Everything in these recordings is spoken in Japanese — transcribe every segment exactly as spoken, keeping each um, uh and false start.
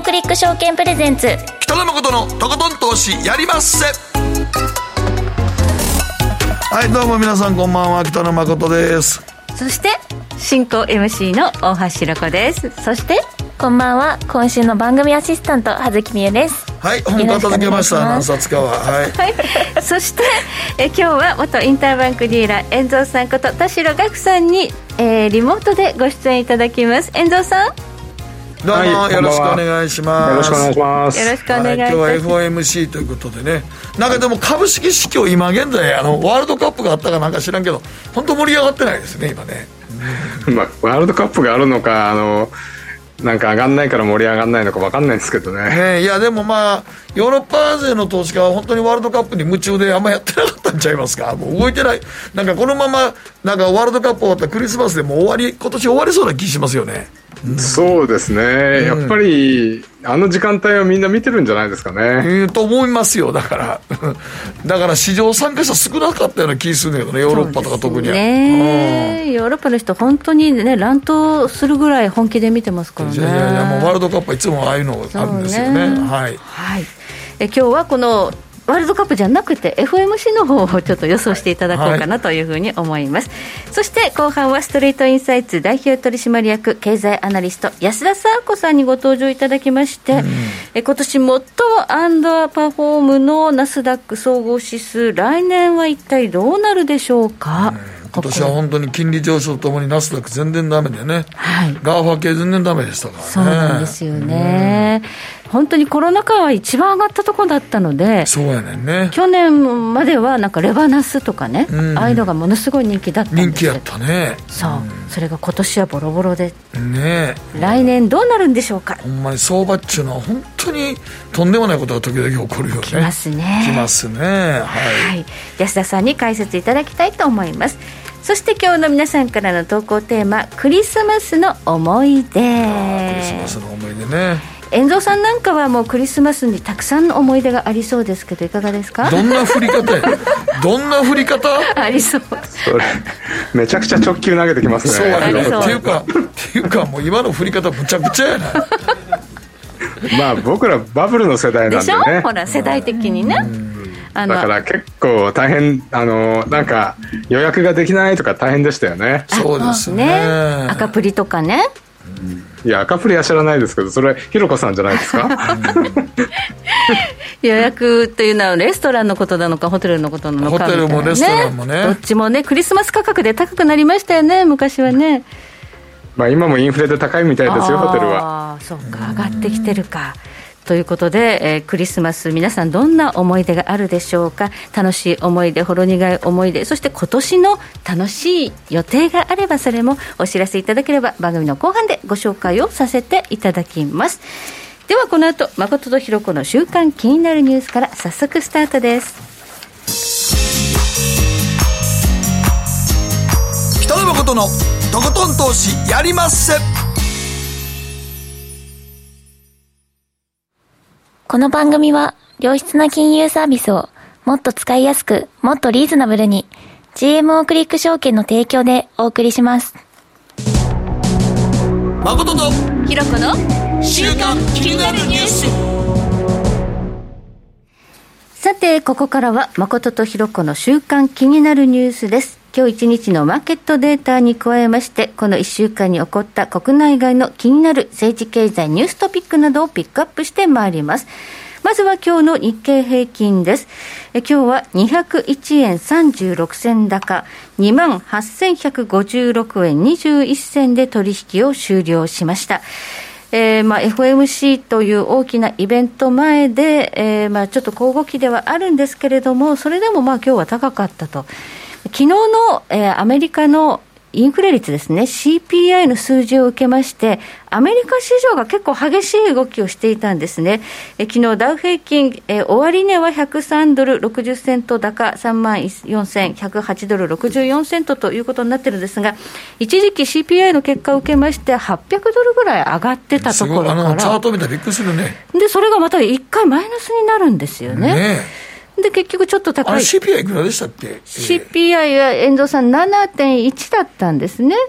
クリック証券プレゼンツ、 北野誠のとことん投資やりまっせ。はい、どうも皆さんこんばんは、北野誠です。 そして進行 エムシー の大橋ひろ子です。そしてこんばんは、今週の番組アシスタント葉月美優です。 はい、本片付けました。何冊かは、はい、 はい、そしてえ今日は元インターバンクディーラー遠藤さんこと田代岳さんに、えー、リモートでご出演いただきます。遠藤さん、 どうも、はい、よろしくお願いします。 よろしくお願いします。 よろしくお願いいたします。 はい、今日は エフオーエムシー ということでね、なんかでも株式市況今現在あのワールドカップがあったかなんか知らんけど本当盛り上がってないですね今ね、 うんまあ、ワールドカップがあるのか、あのなんか上がんないから盛り上がんないのか分かんないんですけどね。 ね、いやでもまあヨーロッパ勢の投資家は本当にワールドカップに夢中であんまやってなかったんちゃいますか。もう動いてない。なんかこのままなんかワールドカップ終わったクリスマスでもう終わり、今年終わりそうな気しますよね。 うん、そうですね、うん、やっぱりあの時間帯はみんな見てるんじゃないですかね、えー、と思いますよ。だからだから市場参加者少なかったような気するんだけどね、ヨーロッパとか特には、 ね、うん、ヨーロッパの人本当にね乱闘するぐらい本気で見てますからね。 いやいやいや、もうワールドカップはいつもああいうのがあるんですよね。はい、 はい、え今日はこのワールドカップじゃなくて エフオーエムシー の方をちょっと予想していただこうかなというふうに思います、はい、そして後半はストリートインサイツ代表取締役経済アナリスト安田佐和子さんにご登場いただきまして、うん、え今年最もアンダーパフォームのナスダック総合指数、来年は一体どうなるでしょうか。 うん、今年は本当に金利上昇とともにナスダック全然ダメでね、 はい、 ガーファ系全然ダメでしたからね。 そうなんですよね、うん、本当にコロナ禍は一番上がったところだったので、 そうやねんね、 去年まではなんかレバナスとかね、うん、ああいうのがものすごい人気だったんです。 人気やったね。 そう、うん、それが今年はボロボロで、 ね、 来年どうなるんでしょうか。 ほんまに相場っちゅうのは本当にとんでもないことが時々起こるよね。 きますね。 きますね、はい、 はい、安田さんに解説いただきたいと思います。そして今日の皆さんからの投稿テーマ、クリスマスの思い出。 クリスマスの思い出ね。 遠藤さんなんかはもうクリスマスにたくさんの思い出がありそうですけど、いかがですか。 どんな振り方やどんな振り方ありそう。 それめちゃくちゃ直球投げてきますね。 そうやね。っていうかっていうかもう今の振り方むちゃくちゃやなまあ僕らバブルの世代なんでね。でしょ、 ほら世代的にね。 だから結構大変、あのなんか予約ができないとか大変でしたよね。 そうですね、 ね、赤プリとかね、 うん、いや赤プリは知らないですけど、それひろこさんじゃないですか予約というのはレストランのことなのかホテルのことなのかみたいな、ね、 ホテルもレストランもね、 どっちもねクリスマス価格で高くなりましたよね昔はね。 まあ、今もインフレで高いみたいですよ、ホテルは。 ああ、そうか、上がってきてるかということで、えー、クリスマス皆さんどんな思い出があるでしょうか。楽しい思い出、ほろ苦い思い出、そして今年の楽しい予定があればそれもお知らせいただければ番組の後半でご紹介をさせていただきます。ではこの後誠とひろ子の週刊気になるニュースから早速スタートです。 北野誠のとことん投資やりまっせ。 この番組は良質な金融サービスをもっと使いやすく、もっとリーズナブルに ジーエムオー クリック証券の提供でお送りします。 誠とひろ子の週刊気になるニュース。 さてここからは誠とひろ子の週刊気になるニュースです。今日一日のマーケットデータに加えまして、このいっしゅうかんに起こった国内外の気になる政治経済ニューストピックなどをピックアップしてまいります。まずは今日の日経平均です。え今日はにひゃくいちえんさんじゅうろくせん高 にまんはっせんひゃくごじゅうろくえんにじゅういっせんで取引を終了しました。えーまあ、エフオーエムシー という大きなイベント前で、えーまあ、ちょっと小動きではあるんですけれども、それでもまあ今日は高かったと。昨日の、えー、アメリカのインフレ率ですね シーピーアイ の数字を受けまして、アメリカ市場が結構激しい動きをしていたんですね。え昨日ダウ平均、え終値はひゃくさんドルろくじゅっセント高 さんまんよんせんひゃくはちドルろくじゅうよんセントということになっているんですが、一時期 シーピーアイ の結果を受けましてはっぴゃくドルぐらい上がってたところから、 すごい、あのチャート見たらびっくりするね。 でそれがまたいっかいマイナスになるんですよね。ねで結局ちょっと高い。 あれ シーピーアイ いくらでしたっけ。 シーピーアイ は遠藤さん ななてんいち だったんですね。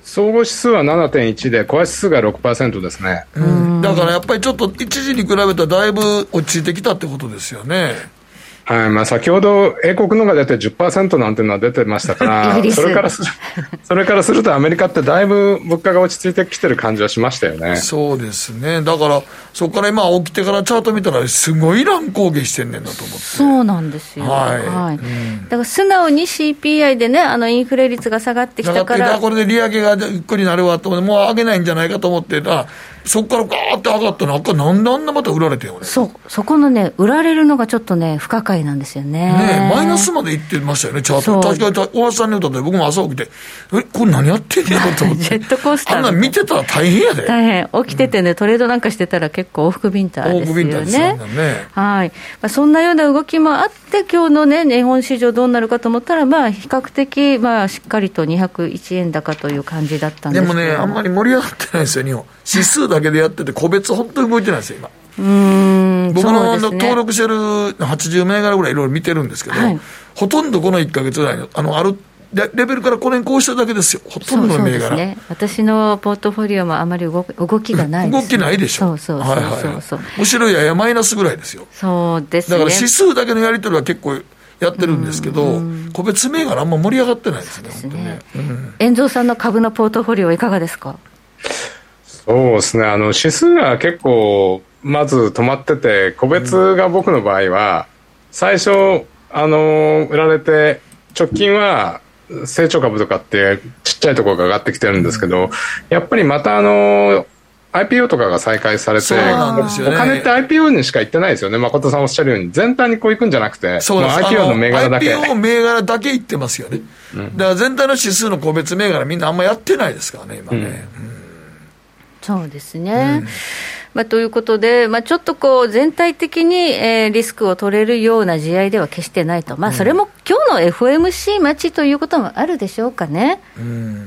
総合指数は ななてんいち でコア指数が ろくパーセント ですね、 うん、だからやっぱりちょっと一時に比べたらだいぶ落ち着いてきたってことですよね。 はい、まあ、先ほど英国のが出て じゅっパーセント なんていうのは出てましたからそれからするそれからするとアメリカってだいぶ物価が落ち着いてきてる感じはしましたよね。 そうですね。だからそこから今起きてからチャート見たらすごい乱高下してんねんなと思って。 そうなんですよ、 はい、 はい、 うん、 だから素直に シーピーアイ でね、あのインフレ率が下がってきたからこれで利上げがゆっくりなるわと思ってもう上げないんじゃないかと思ってた、そこからガーって上がったの赤なんであんなまた売られてるのね。 そうそこのね売られるのがちょっとね不可解なんですよね。 ね、マイナスまで行ってましたよね、チャート。確かに大橋さんに言ったんで僕も朝起きてえこれ何やってんのと思ってジェットコースターあんな見てたら大変やで。 大変起きててね、うん、トレードなんかしてたら結構往復ビンタですよね。往復ビンタですよね。はい、まあ、そんなような動きもあって今日のね日本市場どうなるかと思ったらまあ比較的まあしっかりとにひゃくいちえん高という感じだったんですけど、 でもねあんまり盛り上がってないですよ日本。指数だけでやってて個別本当に動いてないですよ今。 うーん僕の、ね、登録してるはちじゅう銘柄ぐらいいろいろ見てるんですけど、はい、ほとんどこのいっかげつぐらいの あのあるレベルからこれにこうしてるだけですよ、ほとんどの銘柄。そうですね、 私のポートフォリオもあまり 動, 動きがないです、ね、 動きないでしょ。 そうそうそうそう、はいはい、 むしろややマイナスぐらいですよ。 そうですね。 だから指数だけのやり取りは結構やってるんですけど、個別銘柄あんま盛り上がってないですね。そうですね、 うん、遠藤さんの株のポートフォリオはいかがですか。 そうですね、あの指数が結構まず止まってて、個別が僕の場合は最初あの売られて直近は成長株とかってちっちゃいところが上がってきてるんですけど、やっぱりまたあの アイピーオー とかが再開されて、 そうなんですよね、 お金って アイピーオー にしか行ってないですよね。誠さんおっしゃるように全体にこう行くんじゃなくて、 そうです、 アイピーオー の銘柄だけアイピーオー 銘柄だけ行ってますよね、うん、だから全体の指数の個別銘柄みんなあんまやってないですからね今ね、うんうん、 そうですね、うん、まあ、ということで、まあ、ちょっとこう全体的に、えー、リスクを取れるような試合では決してないと、まあ、それも今日の エフオーエムシー 待ちということもあるでしょうかね、 うん、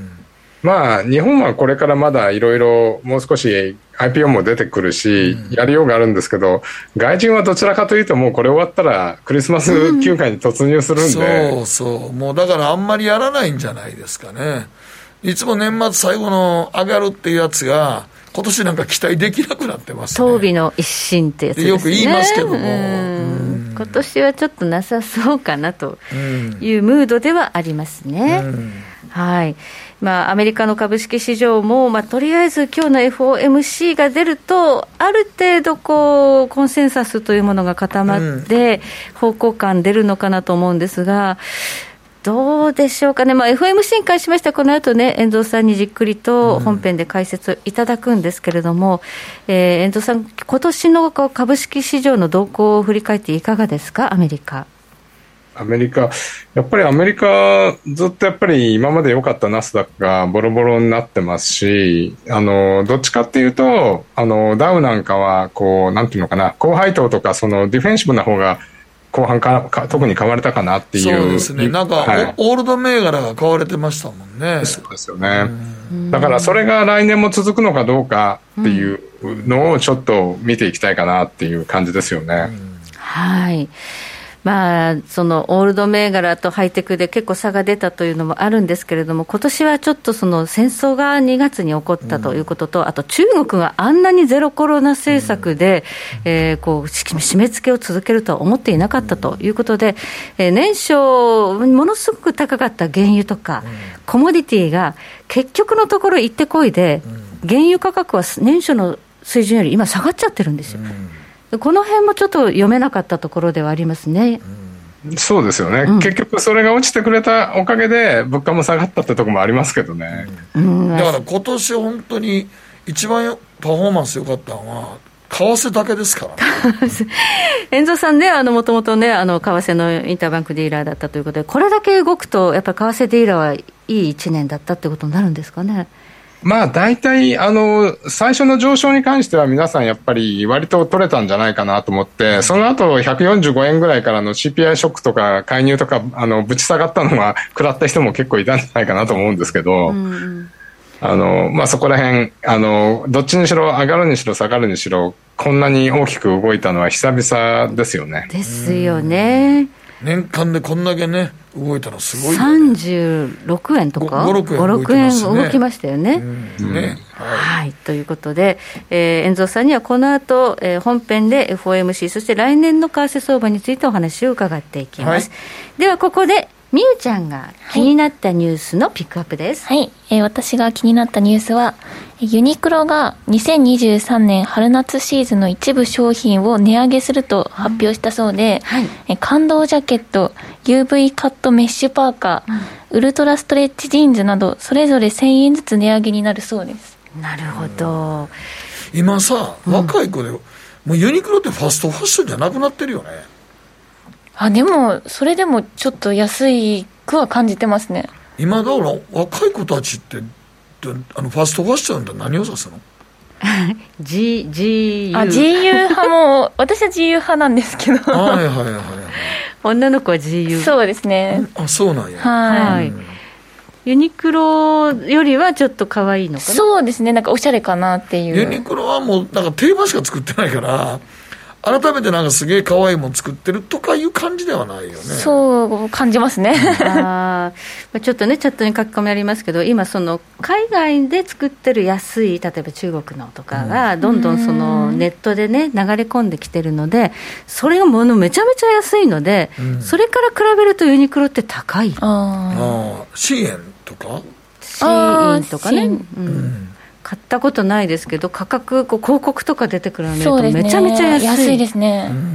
まあ、日本はこれからまだいろいろもう少し アイピーオー も出てくるし、うん、やりようがあるんですけど、外人はどちらかというともうこれ終わったらクリスマス休暇に突入するんで、 うん、そうそう、もうだからあんまりやらないんじゃないですかね。いつも年末最後の上がるっていうやつが今年なんか期待できなくなってますね。 当備の一新ってやつですね。 よく言いますけども、うんうん今年はちょっとなさそうかなというムードではありますね、うん、はい。まあ、アメリカの株式市場も、まあ、とりあえず今日の エフオーエムシー が出るとある程度こうコンセンサスというものが固まって方向感出るのかなと思うんですが、どうでしょうかね、まあ、エフオーエムシー に関しましてはこの後ね遠藤さんにじっくりと本編で解説いただくんですけれども、うん、えー、遠藤さん今年の株式市場の動向を振り返っていかがですか。アメリカアメリカやっぱりアメリカずっとやっぱり今まで良かったナスダックがボロボロになってますし、あのどっちかっていうとあのダウなんかはこうなんていうのかな、高配当とかそのディフェンシブな方が後半かか特に買われたかなっていう。 そうですね、なんか、はい、オールド銘柄が買われてましたもんね。 そうですよね。だからそれが来年も続くのかどうかっていうのをちょっと見ていきたいかなっていう感じですよね、うん、 はい。まあ、そのオールド銘柄とハイテクで結構差が出たというのもあるんですけれども、今年はちょっとその戦争がにがつに起こったということと、うん、あと中国があんなにゼロコロナ政策で、うん、えー、こう締め付けを続けるとは思っていなかったということで、えー、年初ものすごく高かった原油とか、うん、コモディティが結局のところ行ってこいで、うん、原油価格は年初の水準より今下がっちゃってるんですよ、うん、この辺もちょっと読めなかったところではありますね、 うん、そうですよね、うん、結局それが落ちてくれたおかげで物価も下がったってところもありますけどね、 うん、だから今年本当に一番パフォーマンス良かったのは為替だけですからね遠藤さんね、もともとねあの為替のインターバンクディーラーだったということで、これだけ動くとやっぱり為替ディーラーはいいいちねんだったってことになるんですかね。 まあ大体あの最初の上昇に関しては皆さんやっぱり割と取れたんじゃないかなと思って、その後ひゃくよんじゅうごえんぐらいからの シーピーアイ ショックとか介入とかあのぶち下がったのが食らった人も結構いたんじゃないかなと思うんですけど、うん、あのまあそこら辺あのどっちにしろ上がるにしろ下がるにしろこんなに大きく動いたのは久々ですよね。 ですよね。 年間でこんだけね動いたのすごいよね。 さんじゅうろくえんとかご、ろくえん動いてますね。 ご、ろくえん動きましたよね。 うんね、 はい、はい、ということで、えー、遠蔵さんにはこの後、えー、本編で エフオーエムシー そして来年の為替相場についてお話を伺っていきます、はい、ではここでみゆちゃんが気になったニュースのピックアップです。 はい、はい、えー、私が気になったニュースはユニクロがにせんにじゅうさんねん春夏シーズンの一部商品を値上げすると発表したそうで、うん、はい、えー、感動ジャケット、 ユーブイ カットメッシュパーカー、うん、ウルトラストレッチジーンズなどそれぞれせんえんずつ値上げになるそうです。 なるほど。 今さ若い子で、うん、もうユニクロってファストファッションじゃなくなってるよね。 あ、でもそれでもちょっと安いくは感じてますね。 今だから若い子たちってあのファストファッションって何を指すの？ G、ジーユーあ、ジーユー 派も私は ジーユー 派なんですけどはいはいはいはい、 女の子は ジーユー。 そうですね。 あ、そうなんや。 はい、 うん、 ユニクロよりはちょっと可愛いのかな。 そうですね、なんかおしゃれかなっていう。 ユニクロはもうなんか定番しか作ってないから改めてなんかすげえ可愛いもん作ってるとかいう感じではないよね。 そう感じますねあ、ちょっとねチャットに書き込みありますけど、今その海外で作ってる安い例えば中国のとかがどんどんそのネットでね流れ込んできてるので、それがものめちゃめちゃ安いので、うん、それから比べるとユニクロって高い。 ああ、シーエンとかシーエンとかね、うんうん、買ったことないですけど価格こう広告とか出てくるのを見るとめちゃめちゃ安い、 安いですね、 うん、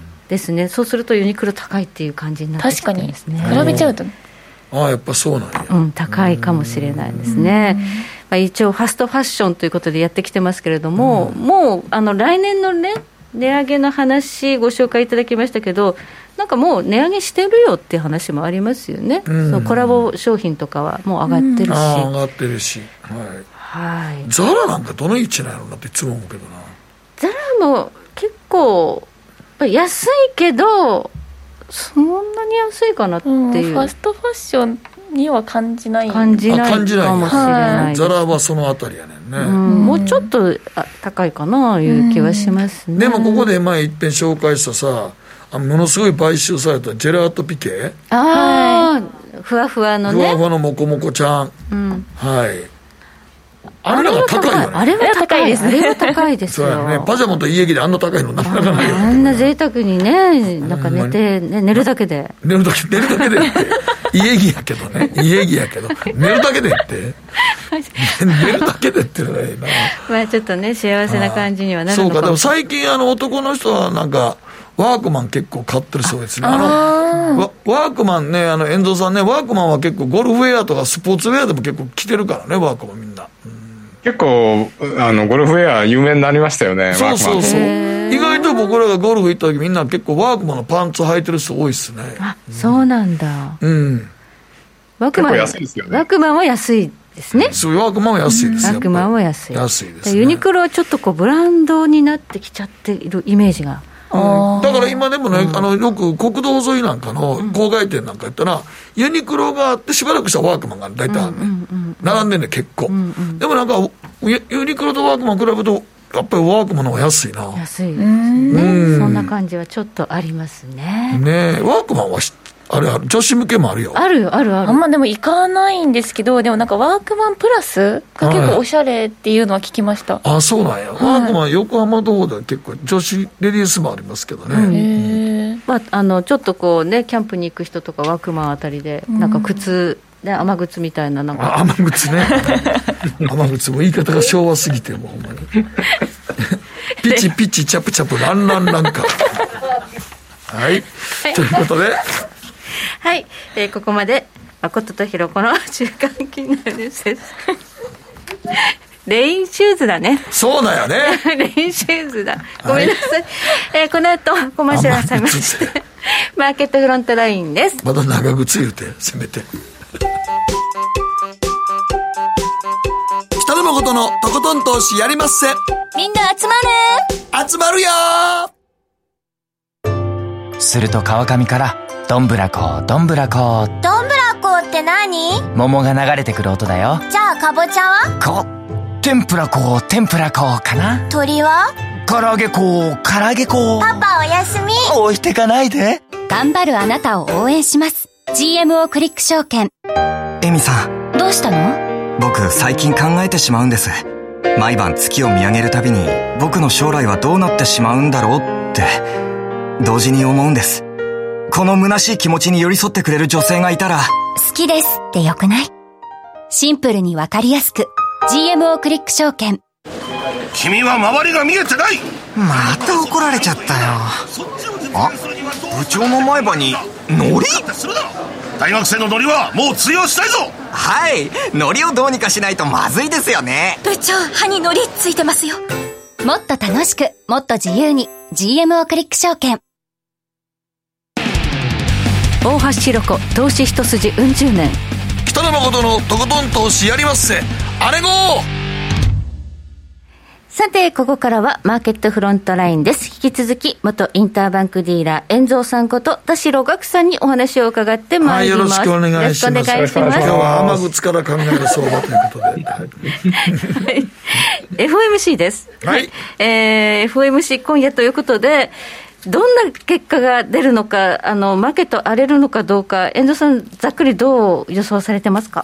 ですね。そうするとユニクロ高いっていう感じになってきてですね。 確かに比べちゃうと、 ああやっぱそうなんや、 うん、高いかもしれないですね。まあ、一応ファストファッションということでやってきてますけれども、うん、もうあの来年のね値上げの話ご紹介いただきましたけど、なんかもう値上げしてるよっていう話もありますよね、うん、そのコラボ商品とかはもう上がってるし、うん、 あ上がってるし、はい、はい、ザラなんかどの位置なのなっていつも思うけどな。 ザラも結構安いけどそんなに安いかなっていう、うん、ファストファッションには感じない感じないかもしれない。 ザラはそのあたりやねんね、 うん、もうちょっと高いかないう気はしますね、うん、 でもここで前一遍紹介したさあものすごい買収されたジェラートピケ、 ああふわふわのねふわふわのモコモコちゃん、うん、はい、あれが高いよね。 あれは高いですね。あれは高いですよ。 そうやね。パジャマと家着であんな高いのなかなかないよね。 あんな贅沢にね、なんか寝て、ね、寝るだけで。 寝るだけ、寝るだけでって。家着やけどね。家着やけど。寝るだけでって。寝るだけでってのがいいな。 まあちょっとね、幸せな感じにはなるのかも。 そうか、でも最近あの男の人はなんか、ワークマン結構買ってるそうですね。あのワワークマンね、あの遠藤さんね、ワークマンは結構ゴルフウェアとかスポーツウェアでも結構着てるからね、ワークマンみんな。うん、 結構あのゴルフウェア有名になりましたよね。 そうそうそう。意外と僕らがゴルフ行った時みんな結構ワークマンのパンツ履いてる人多いっすね。 あ、うん、そうなんだ。 うん。 ワークマン結構安いですよね。 ワークマンは安いですね。 そう、ワークマンは安いですよ。 ワークマンは安い。 安いですね。 ユニクロはちょっとこうブランドになってきちゃっているイメージが。 うん、だから今でもね、うん、あのよく国道沿いなんかの郊外店なんかやったら、うん、ユニクロがあってしばらくしたらワークマンが大体あるね、うんうんうん、並んでんね結構、うんうん、でもなんかユニクロとワークマン比べるとやっぱりワークマンの方が安いな。 安いですね。そんな感じはちょっとありますね。 ねえ、ワークマンはあれある、女子向けもあるよ。 あるよ、あるある。 あんまでも行かないんですけど、でもなんかワークマンプラスが結構おしゃれっていうのは聞きました。 ああ、そうなんや、はい、ワークマン横浜の方では結構女子レディースもありますけどね、うん、 へえ、まあ、あのちょっとこうねキャンプに行く人とかワークマンあたりでなんか靴、ね、雨靴みたいななんか雨靴ね雨靴も言い方が昭和すぎてもうほんまにピチピチチャプチャプランランランかはい、ということではい、えー、ここまで誠とひろ子の週刊気になるニュースですレインシューズだね。 そうだよねレインシューズだ、ごめんなさい、はい、えー、この後コマーシャル挟みましてマーケットフロントラインです。 まだ長靴言うてせめて北野誠のとことん投資やりまっせ。 みんな集まる集まるよー。すると川上からどんぶらこどんぶらこ。 どんぶらこって何？ 桃が流れてくる音だよ。 じゃあかぼちゃは？ こ天ぷらこ天ぷらこかな。 鳥は？ 唐揚げこ唐揚げこ。 パパおやすみ。 置いてかないで。 頑張るあなたを応援します。 ジーエムオー クリック証券。 エミさん、 どうしたの？ 僕最近考えてしまうんです。毎晩月を見上げるたびに僕の将来はどうなってしまうんだろうって同時に思うんです。この虚しい気持ちに寄り添ってくれる女性がいたら。 好きですってよくない？シンプルにわかりやすく ジーエムオー クリック証券。 君は周りが見えてない。 また怒られちゃったよ。あ、部長の前歯にノリ？ 大学生のノリはもう通用したいぞ。 はい、ノリをどうにかしないとまずいですよね。 部長、歯にノリついてますよ。もっと楽しく、もっと自由に ジーエムオー クリック証券。 大橋ひろ子投資一筋うん十年。 北野誠のとことん投資やりまっせ。あれごー。 さて、ここからはマーケットフロントラインです。引き続き元インターバンクディーラー遠藤さんこと田代岳さんにお話を伺ってまいります。 はい、よろしくお願いします。 よろしくお願いします。 今日は天口から考える相場ということで、はい、 エフオーエムシー です、 はい。 えー、エフオーエムシー 今夜ということで、どんな結果が出るのか、あのマーケット荒れるのかどうか、遠藤さんざっくりどう予想されてますか？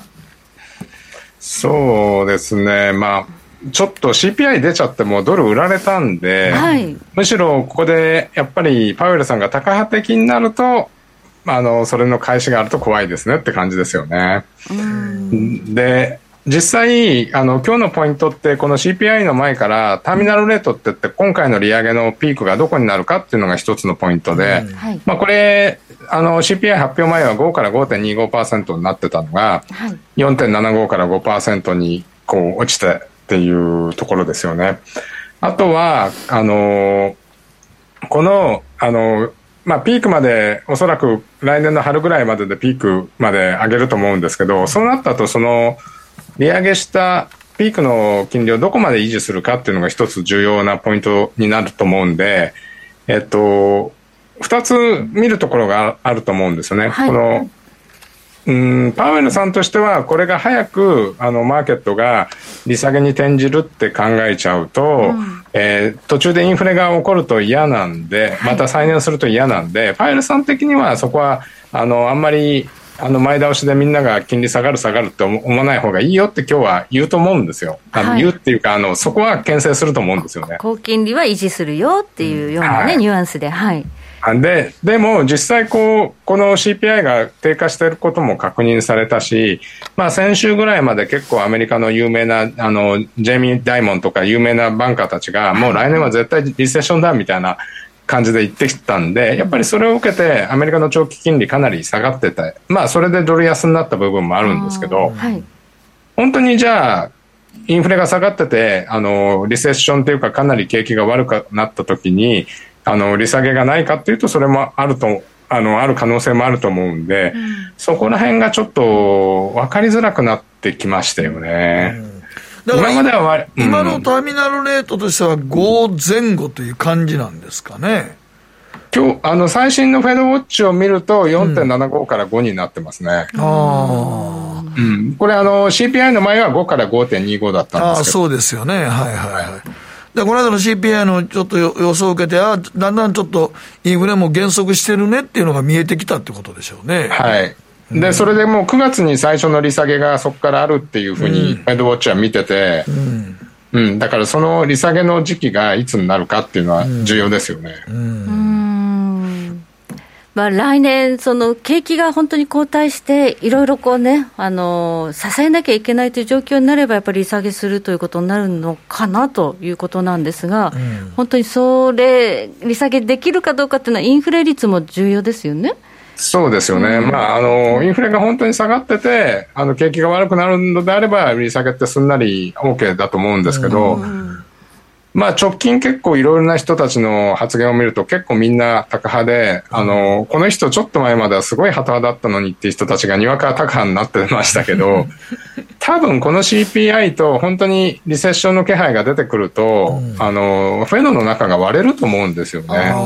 そうですね、まあちょっと シーピーアイ 出ちゃってもドル売られたんで、はい、むしろここでやっぱりパウエルさんがタカ派的になると、あのそれの返しがあると怖いですねって感じですよね。うんで、実際あの今日のポイントってこの シーピーアイ の前からターミナルレートって言って今回の利上げのピークがどこになるかっていうのが一つのポイントで、うんはい、まあ、これあの シーピーアイ 発表前はごから ごてんにごパーセント になってたのが、はい、よんてんななご から ごパーセント にこう落ちてっていうところですよね。あとはあのこのあのまあピークまでおそらく来年の春ぐらいまででピークまで上げると思うんですけど、そうなったとその利上げしたピークの金利をどこまで維持するかっていうのが一つ重要なポイントになると思うんで、えっと二つ見るところがあると思うんですよね。はい、このうんパウエルさんとしてはこれが早くあのマーケットが利下げに転じるって考えちゃうと、うんえー、途中でインフレが起こると嫌なんで、また再燃すると嫌なんで、はい、パウエルさん的にはそこはあのあんまりあの前倒しでみんなが金利下がる下がるって思わない方がいいよって今日は言うと思うんですよ。あの、はい、言うっていうかあのそこは牽制すると思うんですよね。 高金利は維持するよっていうような、ねはい、ニュアンスで、はいで, でも実際こうこの シーピーアイ が低下していることも確認されたし、まあ、先週ぐらいまで結構アメリカの有名なあのジェイミー・ダイモンとか有名なバンカーたちがもう来年は絶対リセッションだみたいな感じで言ってきたんで、やっぱりそれを受けてアメリカの長期金利かなり下がってて、まあそれでドル安になった部分もあるんですけど、はい、本当にじゃあインフレが下がっててあのリセッションというかかなり景気が悪くなった時にあの利下げがないかっていうとそれもあるとあのある可能性もあると思うんで、うん、そこら辺がちょっと分かりづらくなってきましたよね。うんだから 今, までは、うん、今のターミナルレートとしてはご前後という感じなんですかね。 今日あの最新のフェドウォッチを見ると よんてんななご からごになってますね。うん、あうん、これあの シーピーアイ の前はごから ごてんにご だったんですけど。 あそうですよね。はいはいはい。でこの間の シーピーアイ のちょっと予想を受けて、あだんだんちょっとインフレも減速してるねっていうのが見えてきたってことでしょうね。 はい。でそれでもうくがつに最初の利下げがそこからあるっていうふうにフェドウォッチは見てて、うんうん、だからその利下げの時期がいつになるかっていうのは重要ですよね。うんうんうんまあ、来年その景気が本当に後退していろいろこうねあの支えなきゃいけないという状況になればやっぱり利下げするということになるのかなということなんですが、うん、本当にそれ利下げできるかどうかっていうのはインフレ率も重要ですよね。 そうですよね、うんまあ、あのインフレが本当に下がっててあの景気が悪くなるのであれば利下げってすんなり OK だと思うんですけど、うんまあ、直近結構いろいろな人たちの発言を見ると結構みんなタカ派で、あのこの人ちょっと前まではすごいハト派だったのにっていう人たちがにわかタカ派になってましたけど多分この シーピーアイ と本当にリセッションの気配が出てくると、うん、あのフェドの中が割れると思うんですよね。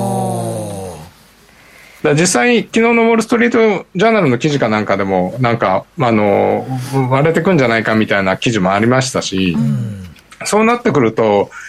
だ実際昨日のウォールストリートジャーナルの記事かなんかでもなんかあの割れてくんじゃないかみたいな記事もありましたし、うん、そうなってくると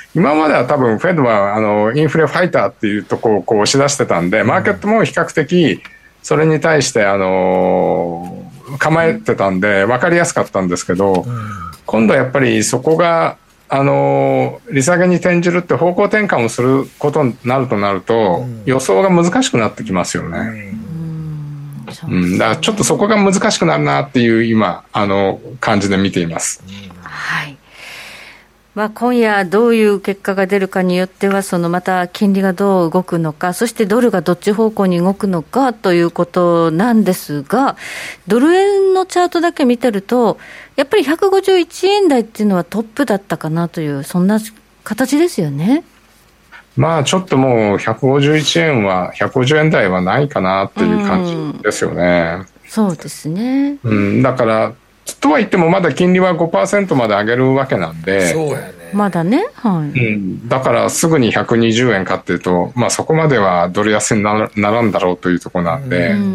今までは多分フェドはあのインフレファイターっていうとこをこう押し出してたんで、マーケットも比較的それに対してあの構えてたんで分かりやすかったんですけど、今度はやっぱりそこがあの利下げに転じるって方向転換をすることになるとなると、予想が難しくなってきますよね。うん、だからちょっとそこが難しくなるなっていう今あの感じで見ています。 はい。まあ、今夜どういう結果が出るかによっては、そのまた金利がどう動くのか、そしてドルがどっち方向に動くのかということなんですが、ドル円のチャートだけ見てるとやっぱりひゃくごじゅういちえん台っていうのはトップだったかなという、そんな形ですよね。 まあちょっともうひゃくごじゅういちえんはひゃくごじゅうえん台はないかなっていう感じですよね。 うん、そうですね、 うん、だからとは言ってもまだ金利は ごパーセント まで上げるわけなんで、 そうやね、 まだね、はいうん、だからすぐにひゃくにじゅうえんかっていうと、まあ、そこまではドル安にならんだろうというところなんで、うんうんうん、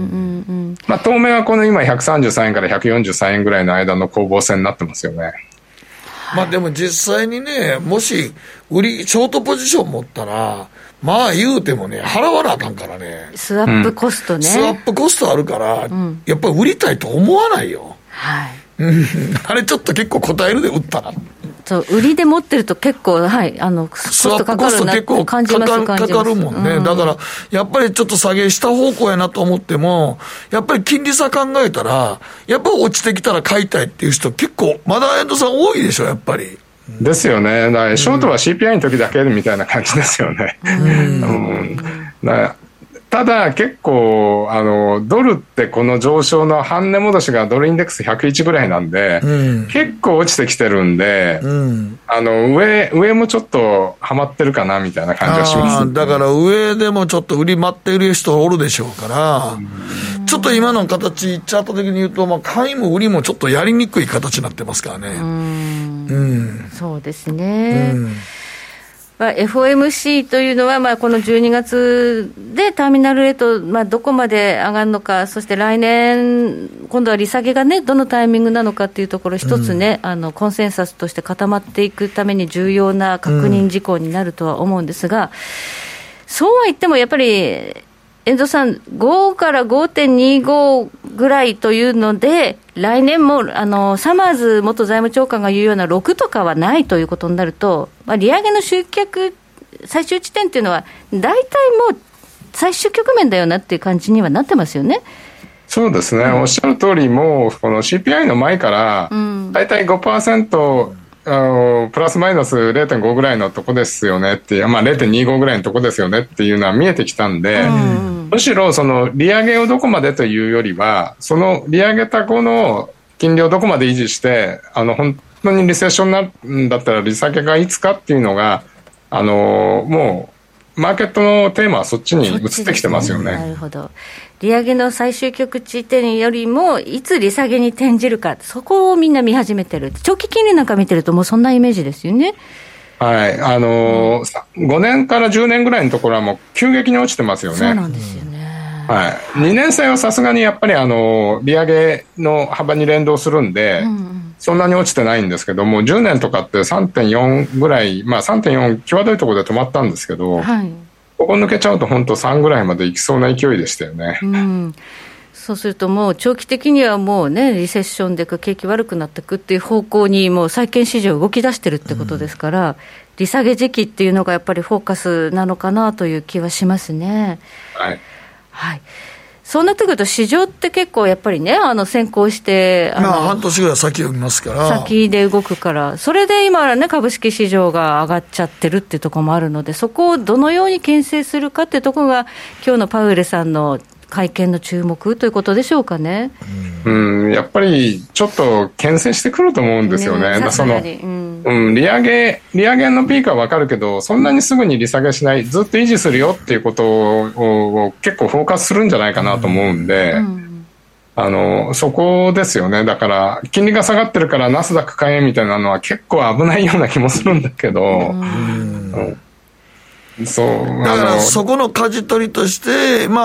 まあ、当面はこの今ひゃくさんじゅうさんえんからひゃくよんじゅうさんえんぐらいの間の攻防戦になってますよね。 まあでも実際にね、もし売りショートポジション持ったら、まあ言うてもね払わなあかんからね、 スワップコストね、うん、 スワップコストあるから、うん、やっぱり売りたいと思わないよ。 はい、 あれちょっと結構答えるで売ったら、 そう売りで持ってると結構、はい、あのコストかかるなって感じます。 かかるもんね、うん、だからやっぱりちょっと下げした方向やなと思っても、やっぱり金利差考えたらやっぱり落ちてきたら買いたいっていう人結構まだ遠藤さん多いでしょやっぱり。 ですよね。だからショートは シーピーアイ の時だけみたいな感じですよね。うんうんだただ結構あのドルってこの上昇の半値戻しがドルインデックスひゃくいちぐらいなんで、うん、結構落ちてきてるんで、うん、あの 上, 上もちょっとはまってるかなみたいな感じがします。 だから上でもちょっと売り待っている人おるでしょうから、うん、ちょっと今の形チャート的に言うと、まあ、買いも売りもちょっとやりにくい形になってますからね。うん、 うん、そうですね、うんまあ、エフオーエムシー というのは、まあ、このじゅうにがつでターミナルレート、まあ、どこまで上がるのか、そして来年今度は利下げがねどのタイミングなのかというところ一つね、うん、あのコンセンサスとして固まっていくために重要な確認事項になるとは思うんですが、うん、そうは言ってもやっぱり遠藤さんごから ごてんにご ぐらいというので、来年もあのサマーズ元財務長官が言うようなろくとかはないということになると、まあ、利上げの集客最終地点っていうのは大体もう最終局面だよなっていう感じにはなってますよね。 そうですね、うん、おっしゃる通り、もうこの シーピーアイ の前から大体 ごパーセント、あのプラスマイナス れいてんご ぐらいのとこですよねっていう、まあ、れいてんにご ぐらいのとこですよねっていうのは見えてきたんで、うん、むしろその利上げをどこまでというよりは、その利上げた後の金利をどこまで維持して、あの本当にリセッションになるんだったら利下げがいつかっていうのが、あのもうマーケットのテーマはそっちに移ってきてますよね。 なるほど。利上げの最終局地点よりもいつ利下げに転じるか、そこをみんな見始めてる。長期金利なんか見てるともうそんなイメージですよね。 はい、あのーうん、ごねんからじゅうねんぐらいのところはもう急激に落ちてますよね。 そうなんですよね。 はい、にねん債はさすがにやっぱりあの利上げの幅に連動するんで、うんうん、そんなに落ちてないんですけども、じゅうねんとかって さんてんよん ぐらい、まあ さんてんよん 際どいところで止まったんですけど、はい、ここ抜けちゃうと本当さんぐらいまでいきそうな勢いでしたよね。うん、 そうするともう長期的にはもうねリセッションで景気悪くなっていくっていう方向にもう債券市場動き出してるってことですから、うん、利下げ時期っていうのがやっぱりフォーカスなのかなという気はしますね。 はいはい、そうなってくると市場って結構やっぱりねあの先行してあの、 まあ、半年ぐらい先を見ますから先で動くから、それで今ね株式市場が上がっちゃってるっていうところもあるので、そこをどのように牽制するかっていうところが今日のパウエルさんの会見の注目ということでしょうかね。 うん、やっぱりちょっと牽制してくると思うんですよね。ね、その、うんうん、利上げ利上げのピークは分かるけど、そんなにすぐに利下げしない、ずっと維持するよっていうことを、を結構フォーカスするんじゃないかなと思うんで、うん、あのそこですよね。だから金利が下がってるからナスダック買えみたいなのは結構危ないような気もするんだけど、うんうん、そうだからそこの舵取りとして、まあ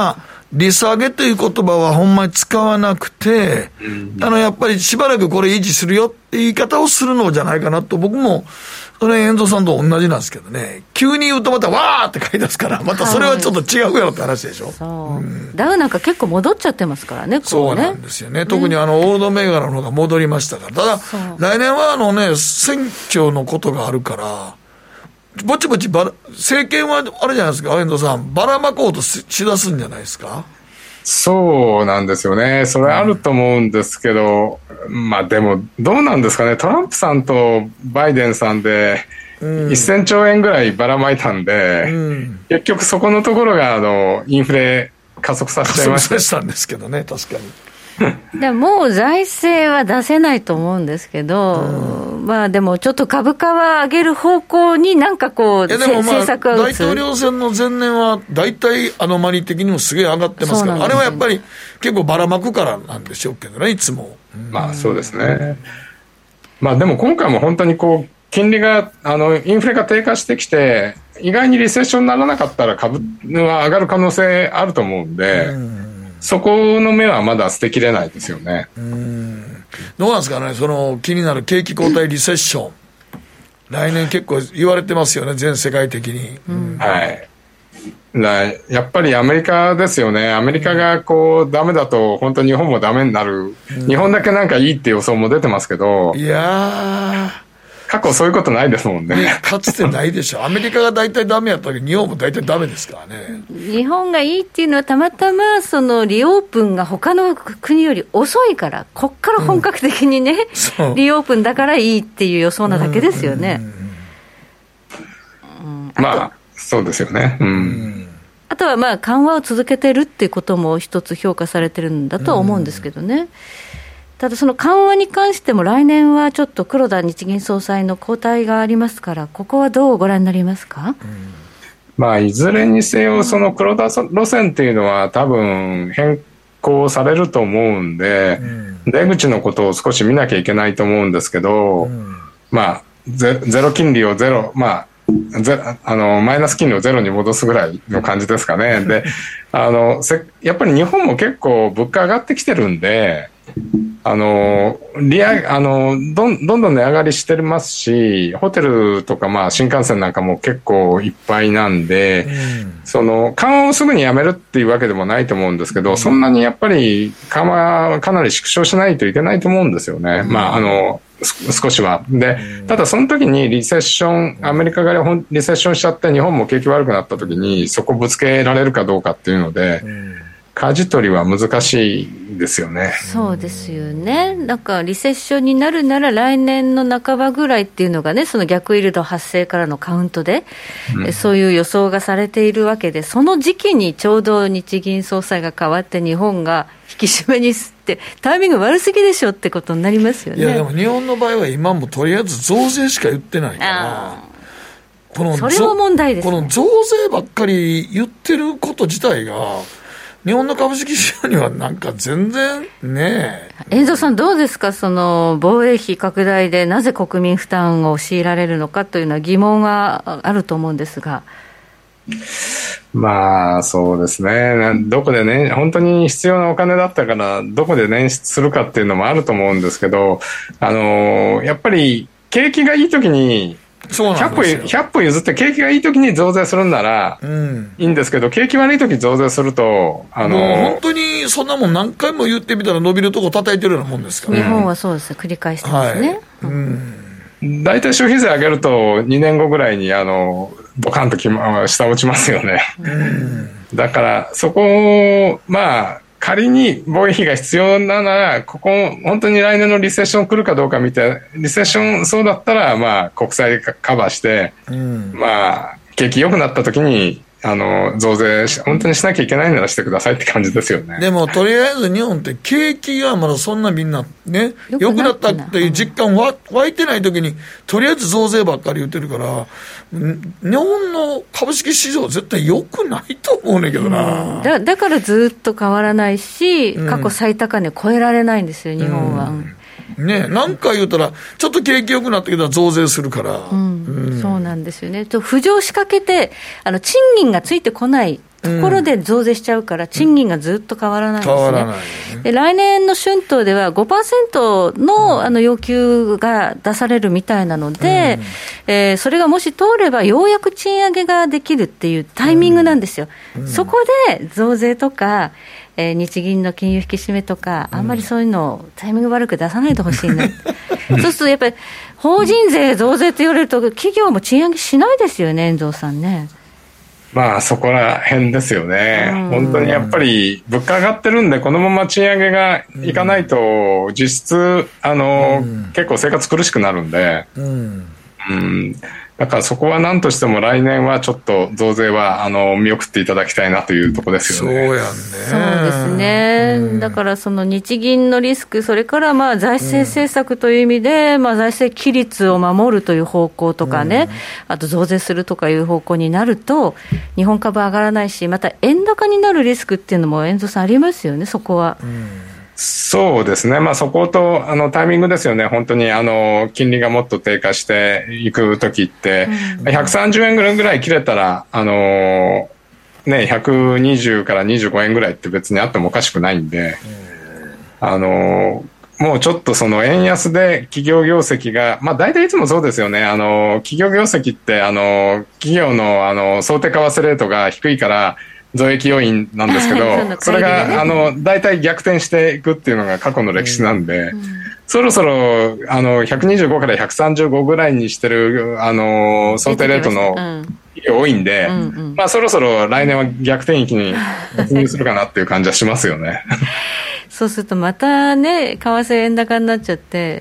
利下げという言葉はほんまに使わなくて、うん、あのやっぱりしばらくこれ維持するよって言い方をするのじゃないかなと、僕もそれ遠藤さんと同じなんですけどね、急に言うとまたわーって書い出すから、またそれはちょっと違うやろって話でしょ、はい、 そう、うん、ダウなんか結構戻っちゃってますからね、こうね。 そうなんですよね、特にあのオールド銘柄の方が戻りましたから。ただ来年はあのね選挙のことがあるからぼちぼちばら政権はあれじゃないですか、遠藤さん、ばらまこうと し, しだすんじゃないですか。 そうなんですよね、それあると思うんですけど、うん、まあでもどうなんですかね、トランプさんとバイデンさんでせんちょうえんぐらいばらまいたんで、うん、結局そこのところがあのインフレ加速させちゃいました。 加速させたんですけどね、確かに。 でもう財政は出せないと思うんですけど、うん、まあでもちょっと株価は上げる方向になんかこう、まあ、政策は打つ。 大統領選の前年は大体アノマリ的にもすげえ上がってますから、ね、あれはやっぱり結構ばらまくからなんでしょうけどね、いつも。 まあそうですね。まあでも今回も本当にこう金利があのインフレが低下してきて、意外にリセッションにならなかったら株は上がる可能性あると思うんで、うんそこの目はまだ捨てきれないですよね。 うーんどうなんですかね、その気になる景気後退リセッション、来年結構言われてますよね、全世界的に、うん、 はいやっぱりアメリカですよね。アメリカがこうダメだと本当に日本もダメになる、うん、日本だけなんかいいって予想も出てますけど、 いやー過去そういうことないですもんね。 かつてないでしょ。アメリカが大体ダメやったり日本も大体ダメですからね。 日本がいいっていうのはたまたまそのリオープンが他の国より遅いから、こっから本格的にね、うん、リオープンだからいいっていう予想なだけですよね、 うんうん、まあそうですよね、うん、 あとはまあ緩和を続けてるっていうことも一つ評価されてるんだとは思うんですけどね、うんただその緩和に関しても来年はちょっと黒田日銀総裁の交代がありますから、ここはどうご覧になりますか。うん、 まあいずれにせよその黒田路線っていうのは多分変更されると思うんで、うん、出口のことを少し見なきゃいけないと思うんですけど、うん、まあ ゼ, ゼロ金利をゼロまあゼあのマイナス金利をゼロに戻すぐらいの感じですかね。であのせやっぱり日本も結構物価上がってきてるんで、あの利上げあのどんどんどん値上がりしてますし、ホテルとかまあ新幹線なんかも結構いっぱいなんで、うん、その緩和をすぐにやめるっていうわけでもないと思うんですけど、うん、そんなにやっぱり緩和はかなり縮小しないといけないと思うんですよね、うん、まああの少しは。でただその時にリセッションアメリカがリセッションしちゃって日本も景気悪くなった時にそこぶつけられるかどうかっていうので、うん舵取りは難しいですよね。 そうですよね。だからリセッションになるなら来年の半ばぐらいっていうのがね、その逆イールド発生からのカウントで、うん、そういう予想がされているわけで、その時期にちょうど日銀総裁が変わって日本が引き締めにすってタイミング悪すぎでしょってことになりますよね。 いやでも日本の場合は今もとりあえず増税しか言ってないから、 このそれも問題ですね。 この増税ばっかり言ってること自体が日本の株式市場にはなんか全然ね。 遠藤さんどうですか、その防衛費拡大でなぜ国民負担を強いられるのかというのは疑問があると思うんですが。 まあそうですね、どこでね本当に必要なお金だったからどこで捻出するかっていうのもあると思うんですけど、あのやっぱり景気がいい時にそうなんですよ。 ひゃっぽ譲って景気がいい時に増税するんならいいんですけど、うん、景気悪い時増税するとあのもう本当にそんなもん何回も言ってみたら伸びるとこ叩いてるようなもんですから、 日本はそうです、繰り返してますね、はいうん、だいたい消費税上げるとにねんごぐらいにあのドカンとき、ま、下落ちますよね、うん、だからそこをまあ仮に防衛費が必要なならここ本当に来年のリセッション来るかどうか見て、リセッションそうだったらまあ国債カバーして、うん、まあ景気良くなった時にあの増税本当にしなきゃいけないならしてくださいって感じですよね。 でもとりあえず日本って景気がまだそんなみんなね良くなったっていう実感は湧いてない時にとりあえず増税ばっかり言ってるから、日本の株式市場絶対良くないと思うねんけどな、 うん、だ, だからずっと変わらないし、うん、過去最高値超えられないんですよ日本は、うんね、なんか言うたらちょっと景気良くなってきたら増税するから、 うんうん、そうなんですよね。と浮上しかけてあの賃金がついてこないところで増税しちゃうから、賃金がずっと変わらないんですね。変わらないよね。で来年の春闘では ごパーセント の、うん、あの要求が出されるみたいなので、うんえー、それがもし通ればようやく賃上げができるっていうタイミングなんですよ、うんうん、そこで増税とか、えー、日銀の金融引き締めとか、あんまりそういうのをタイミング悪く出さないでほしいな、うん、そうするとやっぱり法人税増税って言われると企業も賃上げしないですよね、遠藤さんね。 まあそこら辺ですよね。本当にやっぱり物価上がってるんで、このまま賃上げがいかないと実質あの、うん、結構生活苦しくなるんで、うんうん、だからそこは何としても来年はちょっと増税はあの見送っていただきたいなというところですよね。 そうやんね。 そうですね、うん、だからその日銀のリスク、それからまあ財政政策という意味で、うん、まあ財政規律を守るという方向とかね、うん、あと増税するとかいう方向になると日本株上がらないし、また円高になるリスクっていうのも遠藤さんありますよね、そこは。うんそうですね、まあ、そことあのタイミングですよね、本当にあの金利がもっと低下していくときって、うん、ひゃくさんじゅうえんぐらい切れたら、あのね、ひゃくにじゅうからにじゅうごえんぐらいって別にあってもおかしくないんで、うん、あのもうちょっとその円安で企業業績が、まあ、大体いつもそうですよね、あの企業業績ってあの企業の、あの想定為替レートが低いから増益要因なんですけど、それがあの大体逆転していくっていうのが過去の歴史なんで、うんうん、そろそろあのひゃくにじゅうごからひゃくさんじゅうごぐらいにしてるあの想定レートの企業多いんで、うんうん、まあそろそろ来年は逆転域に突入するかなっていう感じはしますよね。 そうするとまたね、為替円高になっちゃって、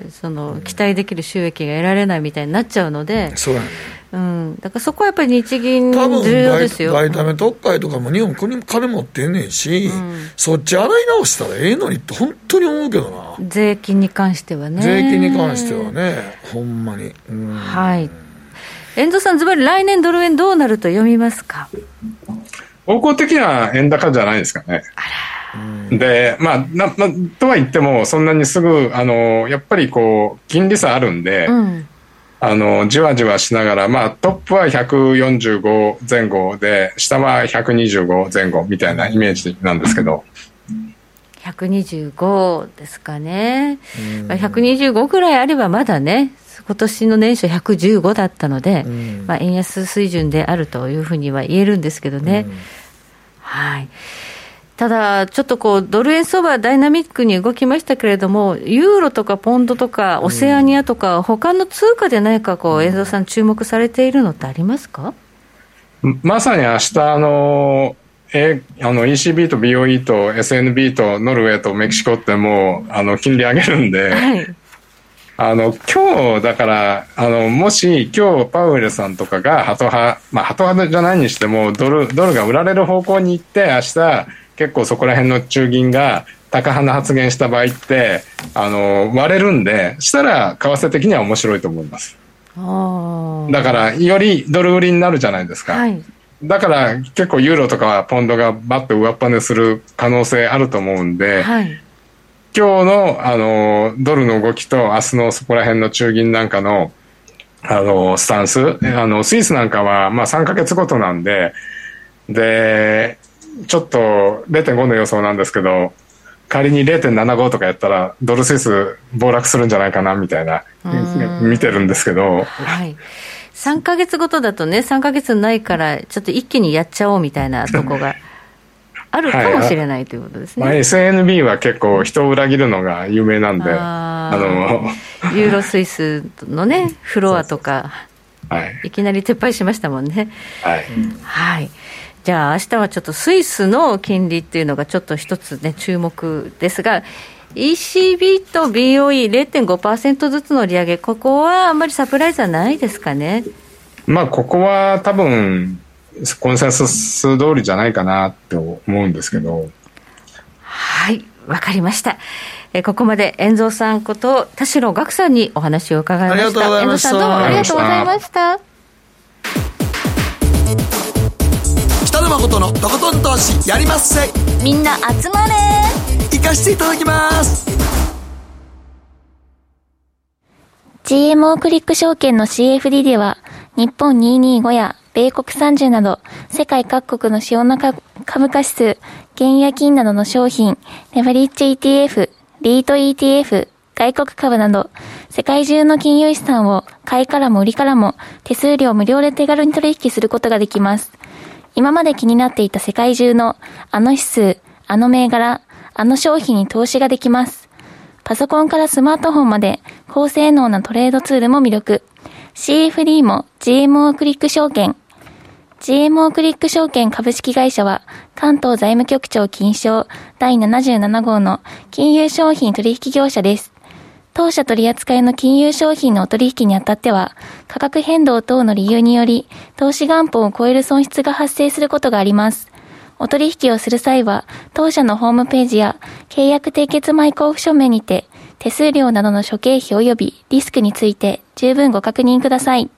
その期待できる収益が得られないみたいになっちゃうので、 そうだね。 うん、だからそこはやっぱり日銀重要ですよ。 多分外為特会とかも日本国金持ってんねんし、うん、そっち洗い直したらええのにって本当に思うけどな。 税金に関してはね。 税金に関してはね、ほんまに。うん、 はい。遠藤さん、ズバリ来年ドル円どうなると読みますか？ 方向的には円高じゃないですかね。あら。で、まあ、な、まあ、とは言ってもそんなにすぐあのやっぱりこう金利差あるんで。うんあのじわじわしながら、まあ、トップはひゃくよんじゅうごぜん後で下はひゃくにじゅうごぜん後みたいなイメージなんですけど、 ひゃくにじゅうごですかね。まあ、ひゃくにじゅうごぐらいあればまだね、今年の年初ひゃくじゅうごだったので、まあ、円安水準であるというふうには言えるんですけどね。はい。ただちょっとこうドル円相場はダイナミックに動きましたけれども、ユーロとかポンドとかオセアニアとか、うん、他の通貨で何かこう遠藤さん注目されているのってありますか？ まさに明日あの、えあの イーシービー と ビーオーイー と エスエヌビー とノルウェーとメキシコってもうあの金利上げるんで、はい、あの今日だからあのもし今日パウエルさんとかがハト派、まあハト派じゃないにしてもドルドルが売られる方向に行って明日結構そこら辺の中銀が高派な発言した場合ってあの割れるんで、したら為替的には面白いと思います。あだからよりドル売りになるじゃないですか、はい、だから結構ユーロとかポンドがバッと上っぱねする可能性あると思うんで、はい、今日の、あのドルの動きと明日のそこら辺の中銀なんかの、あのスタンス、あのスイスなんかはまあさんかげつごとなんで、でちょっと ゼロてんご の予想なんですけど、仮に ゼロてんななご とかやったらドルスイス暴落するんじゃないかなみたいな見てるんですけど、 はい、さんかげつごとだとね、さんかげつないからちょっと一気にやっちゃおうみたいなとこがあるかもしれない、はい、ということですね。 まあ、エスエヌビー は結構人を裏切るのが有名なんで、ああのユーロスイスのねフロアとかはい、いきなり撤廃しましたもんね。はい、はい、じゃあ明日はちょっとスイスの金利っていうのがちょっと一つね注目ですが、 イーシービー と ビーオーイーゼロてんごパーセント ずつの利上げ、ここはあんまりサプライズはないですかね。 まあここは多分コンセンサス通りじゃないかなって思うんですけど。 はい、わかりました。えここまで遠藤さんこと田代岳さんにお話を伺いました。 ありがとうございました。 遠藤さんどうもありがとうございました。 北野誠のとことん投資やりまっせ。 みんな集まれ。 行かしていただきます。 ジーエムオー クリック証券の シーエフディー では日本にひゃくにじゅうごや米国さんじゅうなど、世界各国の主要な株価指数、原油や金などの商品、レバリッジ イーティーエフ、リート イーティーエフ、外国株など、世界中の金融資産を買いからも売りからも手数料無料で手軽に取引することができます。今まで気になっていた世界中のあの指数、あの銘柄、あの商品に投資ができます。パソコンからスマートフォンまで高性能なトレードツールも魅力。シーエフディー も ジーエムオー クリック証券。ジーエムオー クリック証券株式会社は関東財務局長金賞だいななじゅうなな号の金融商品取引業者です。当社取扱いの金融商品のお取引にあたっては、価格変動等の理由により、投資元本を超える損失が発生することがあります。お取引をする際は、当社のホームページや契約締結前交付書面にて、手数料などの諸経費及びリスクについて十分ご確認ください。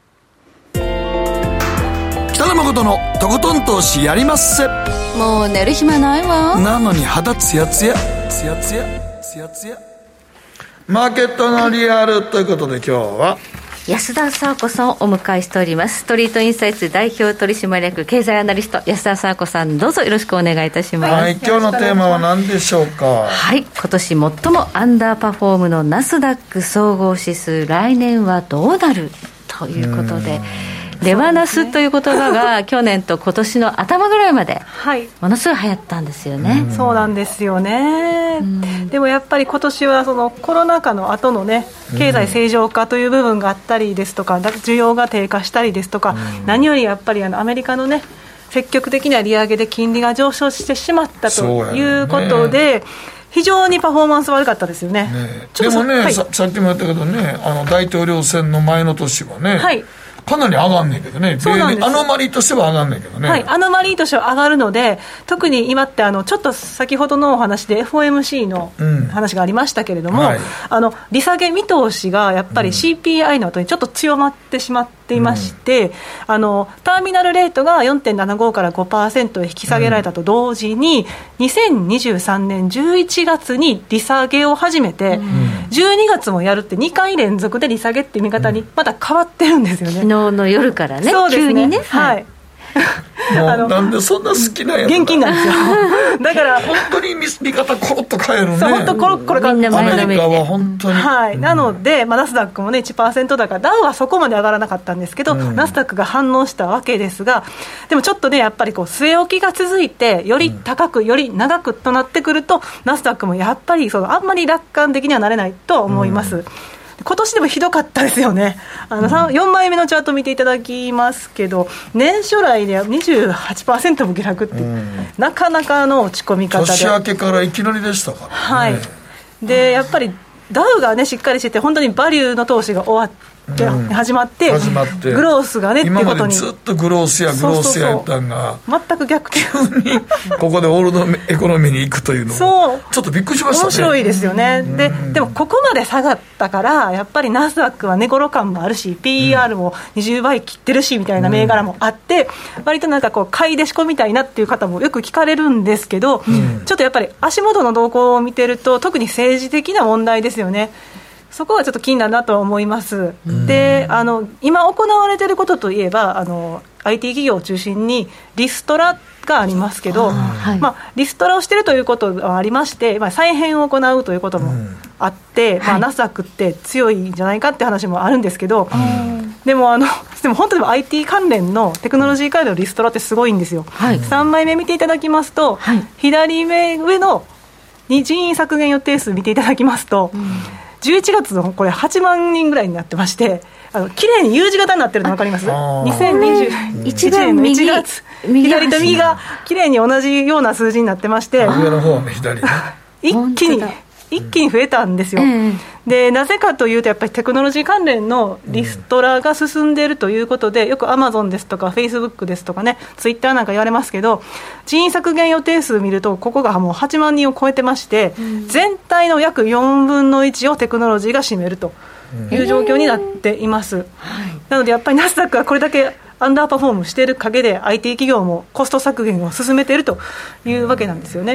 北野誠のとことん投資やりまっせ。 もう寝る暇ないわ。 なのに肌ツヤツヤツヤツヤツヤツヤ。マーケットのリアルということで、今日は安田佐和子さんをお迎えしております。ストリートインサイツ代表取締役経済アナリスト安田佐和子さん、どうぞよろしくお願いいたします。 はい、今日のテーマは何でしょうか。 はい、今年最もアンダーパフォームのナスダック総合指数、来年はどうなるということで、レバナスという言葉が去年と今年の頭ぐらいまでものすごい流行ったんですよね。 うん、そうなんですよね。うん、でもやっぱり今年はそのコロナ禍の後のね、経済正常化という部分があったりですとか、需要が低下したりですとか、うん、何よりやっぱりあのアメリカのね、積極的な利上げで金利が上昇してしまったということで、非常にパフォーマンス悪かったですよね。 ね、でもね、はい、さ, さっきも言ったけどね、あの大統領選の前の年はね、はい、かなり上がんねんけどね。そうなんです。アノマリーとしては上がんねんけどね。 はい、アノマリーとしては上がるので、特に今ってあのちょっと先ほどのお話で エフオーエムシー の話がありましたけれども、うん、はい、あの利下げ見通しがやっぱり シーピーアイ の後にちょっと強まってしまっていまして、うん、あのターミナルレートが よんてんななご から ごパーセント へ引き下げられたと同時に、うん、にせんにじゅうさんねんじゅういちがつに利下げを始めて、うん、じゅうにがつもやるってにかい連続で利下げっていう見方にまた変わってるんですよね。 昨日の夜からね、 そうですね、 急にね、 はい、 もうなんでそんな好きなんやろ。 現金なんですよ。だから本当に 見, 見方コロッと変えるね。 そう、本当コロッコロ変える。 アメリカは本当に、 はい、なので、まあ、ナスダックもね いちパーセント 高、ダウはそこまで上がらなかったんですけど、うん、ナスダックが反応したわけですが、でもちょっとねやっぱりこう据え置きが続いて、より高く、うん、より長くとなってくると、ナスダックもやっぱりそうあんまり楽観的にはなれないと思います。うん、今年でもひどかったですよね。あの、うん、よんまいめのチャート見ていただきますけど、年初来で にじゅうはちパーセント も下落って、うん、なかなかの落ち込み方で、 年明けからいきなりでしたからね。 はい、でやっぱりダウがねしっかりしてて、本当にバリューの投資が終わってで始まって、始まってグロースがねっていうことに、 今までずっとグロースやグロースやったんが、 そうそうそう、全く逆転にここでオールドエコノミーに行くというのもちょっとびっくりしましたね。 面白いですよね。で, でもここまで下がったから、やっぱりナスダックは値頃感もあるし、 ピーイーアール もにじゅうばい切ってるしみたいな銘柄もあって、割となんかこう買いで仕込みたいなっていう方もよく聞かれるんですけど、うん、ちょっとやっぱり足元の動向を見てると、特に政治的な問題ですよね。そこはちょっと気になるなとは思います。で、あの今行われていることといえば、あの アイティー 企業を中心にリストラがありますけど、あ、はい、まあ、リストラをしているということはありまして、まあ、再編を行うということもあって、うん、まあ、ナスダックって強いんじゃないかって話もあるんですけど、うん、でもあのでも本当に アイティー 関連のテクノロジー界のリストラってすごいんですよ。はい、さんまいめ見ていただきますと、はい、左目上の人員削減予定数見ていただきますと、うん、じゅういちがつのこれはちまんにんぐらいになってまして、あの綺麗に U 字型になってるの分かります？にせんにじゅういちねんのいちがつ、左と右が綺麗に同じような数字になってまして、 上の方ね、左ね一気に一気に増えたんですよ。でなぜかというと、やっぱりテクノロジー関連のリストラが進んでいるということで、よくアマゾンですとかフェイスブックですとかね、ツイッターなんか言われますけど、人員削減予定数見ると、ここがもうはちまんにんを超えてまして、うん、全体の約よんぶんのいちをテクノロジーが占めるという状況になっています。うん、なのでやっぱりナスダックはこれだけアンダーパフォームしている陰で、 アイティー 企業もコスト削減を進めているというわけなんですよね。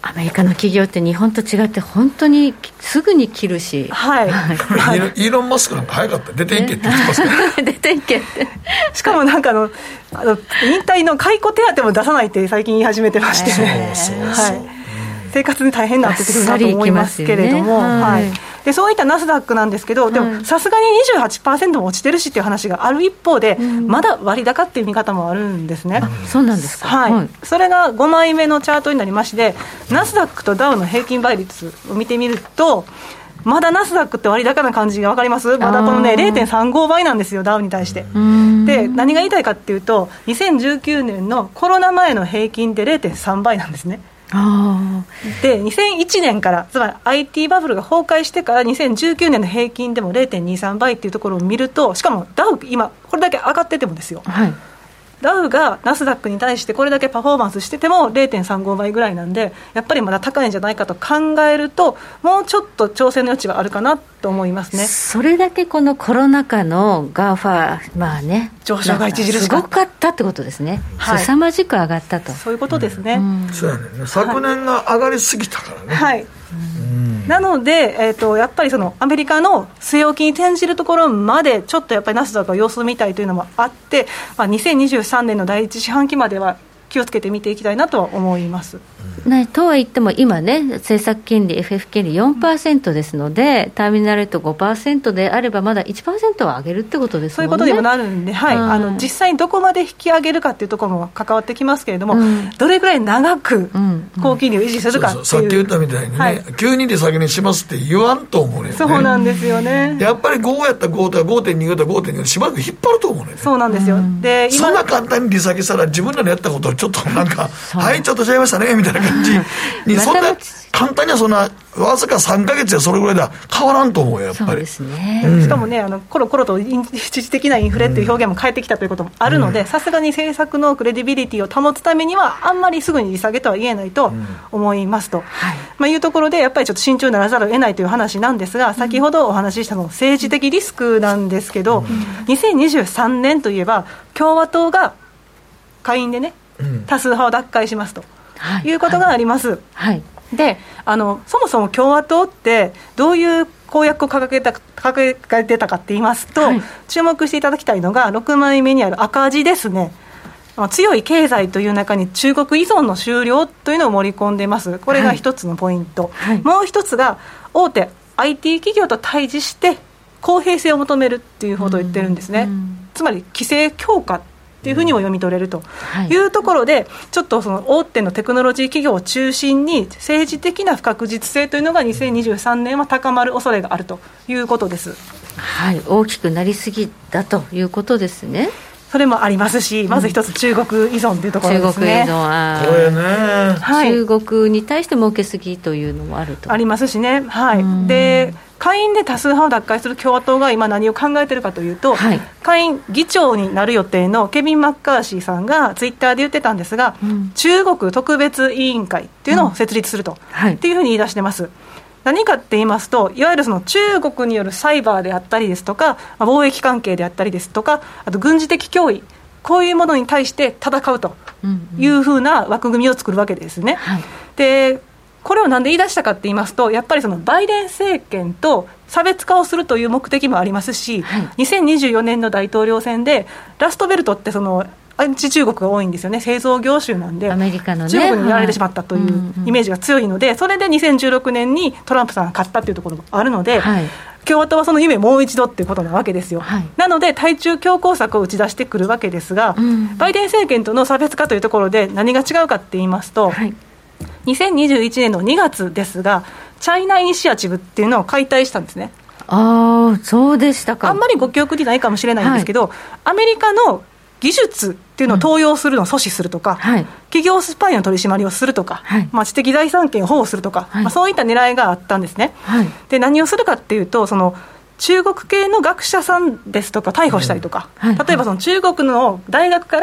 アメリカの企業って日本と違って本当にすぐに切るし、 はい、 はい、イーロン・マスクなんか早かった出ていけって言ってますから出ていけってしかもなんかあのあの引退の解雇手当も出さないって最近言い始めてまして、ね、 そうそうそう、 はい、生活に大変になってくるなと思いますけれども、ね、はい、でそういったナスダックなんですけど、でもさすがに にじゅうはちパーセント も落ちてるしっていう話がある一方で、うん、まだ割高っていう見方もあるんですね。 そうなんですか、 はいはい、 それがごまいめのチャートになりまして、ナスダックとダウの平均倍率を見てみると、まだナスダックって割高な感じが分かります？まだこのね れいてんさんご 倍なんですよ、ダウに対して。で何が言いたいかっていうと、にせんじゅうきゅうねんのコロナ前の平均って れいてんさん 倍なんですね。 あでにせんいちねんから、つまり アイティー バブルが崩壊してからにせんじゅうきゅうねんの平均でも れいてんにさん 倍っていうところを見ると、しかもダウ今これだけ上がっててもですよ、はい、ダウがナスダックに対してこれだけパフォーマンスしてても れいてんさんご 倍ぐらいなんで、やっぱりまだ高いんじゃないかと考えると、もうちょっと調整の余地はあるかなと思いますね。 それだけこのコロナ禍のガーファー、まあね、 上昇が著しかった、 すごかったってことですね、はい、凄まじく上がったと。 そういうことですね、 うんうん、そうやね、昨年が上がりすぎたからね、 はい、なので、えー、とやっぱりそのアメリカの据え置きに転じるところまでちょっとやっぱりナスダックが様子見たいというのもあって、まあ、にせんにじゅうさんねんの第一四半期までは気をつけて見ていきたいなとは思います。 ね、とは言っても今ね、政策金利 エフエフ 金利 よんパーセント ですので、うん、ターミナルレート ごパーセント であればまだ いちパーセント は上げるってことですもんね。 そういうことにもなるんで、はい、あの実際にどこまで引き上げるかっていうところも関わってきますけれども、うん、どれぐらい長く高金利を維持するかっていう、うん、 そうそう、さっき言ったみたいにね、はい、急に利下げにしますって言わんと思うね。 そうなんですよね。 やっぱりごやったらごとか ごてんに やったら ごてんに しばらく引っ張ると思うね。 そうなんですよ、うん、で今そんな簡単に利下げしたら自分らのやったことをちょっとなんかはいちょっとちゃいましたねみたいな感じにそんな簡単にはそんなわずかさんかげつでそれぐらいでは変わらんと思うよ、やっぱり。 そうですね、 うん、しかもね、あのコロコロと一時的なインフレっていう表現も変えてきたということもあるので、さすがに政策のクレディビリティを保つためにはあんまりすぐに利下げとは言えないと思いますと、うんはいまあ、いうところでやっぱりちょっと慎重にならざるを得ないという話なんですが、先ほどお話ししたの政治的リスクなんですけど、うん、にせんにじゅうさんねんといえば共和党が下院でね、うん、多数派を奪回しますと、はい、いうことがあります、はいはいであのそもそも共和党ってどういう公約を掲げた掲げてたかって言いますと、はい、注目していただきたいのがろくまいめにある赤字ですね。強い経済という中に中国依存の終了というのを盛り込んでいます。これが一つのポイント、はい、もう一つが大手 アイティー 企業と対峙して公平性を求めるっていうことを言ってるんですね。つまり規制強化っていうふうにも読み取れるというところで、ちょっとその大手のテクノロジー企業を中心に政治的な不確実性というのがにせんにじゅうさんねんは高まる恐れがあるということです。 はい、大きくなりすぎだということですね。 それもありますし、まず一つ中国依存というところですね。 中国依存はこれね、 はい、中国に対して儲けすぎというのもあるとありますしね、はい、で下院で多数派を奪回する共和党が今何を考えているかというと、はい、下院議長になる予定のケビン・マッカーシーさんがツイッターで言ってたんですが、うん、中国特別委員会というのを設立すると、うんはい、っていうふうに言い出してます。何かって言いますと、いわゆるその中国によるサイバーであったりですとか、貿易関係であったりですとか、あと軍事的脅威、こういうものに対して戦うというふうな枠組みを作るわけですね、はい、でこれをなんで言い出したかって言いますと、やっぱりそのバイデン政権と差別化をするという目的もありますし、はい、にせんにじゅうよねんの大統領選でラストベルトってそのアンチ中国が多いんですよね。製造業種なんでアメリカの、ね、 中国にやられてしまったというイメージが強いので、それでにせんじゅうろくねんにトランプさんが勝ったというところもあるので、はい、共和党はその夢もう一度っていうことなわけですよ、はい、なので対中強硬策を打ち出してくるわけですが、うん、バイデン政権との差別化というところで何が違うかって言いますと、はい、にせんにじゅういちねんのにがつですがチャイナイニシアチブっていうのを解体したんですね。 ああ、そうでしたか。 あんまりご記憶にないかもしれないんですけど、はい、アメリカの技術っていうのを盗用するのを阻止するとか、うんはい、企業スパイの取り締まりをするとか、はいまあ、知的財産権を保護するとか、はいまあ、そういった狙いがあったんですね、はい、で何をするかっていうと、その中国系の学者さんですとか逮捕したりとか、うんはい、例えばその中国の大学から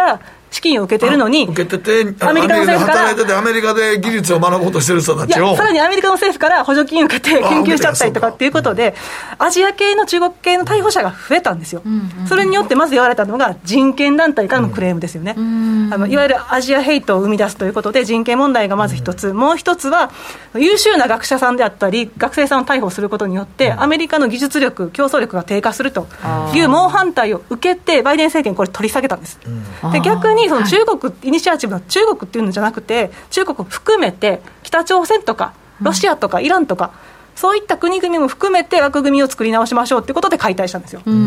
資金を受けてるのに、 受けてて、 アメリカの政府から働いててアメリカで技術を学ぼうとしてる人たちを、 いやさらにアメリカの政府から補助金を受けて研究しちゃったりとかっていうことで、アジア系の中国系の逮捕者が増えたんですよ、うんうん、それによってまず言われたのが人権団体からのクレームですよね、うん、あのいわゆるアジアヘイトを生み出すということで人権問題がまず一つ、うん、もう一つは優秀な学者さんであったり学生さんを逮捕することによってアメリカの技術力競争力が低下するという猛反対を受けてバイデン政権これ取り下げたんです、うん、で逆にその中国、はい、イニシアチブの中国っていうのじゃなくて中国を含めて北朝鮮とかロシアとかイランとか、うん、そういった国々も含めて枠組みを作り直しましょうということで解体したんですよ、うん、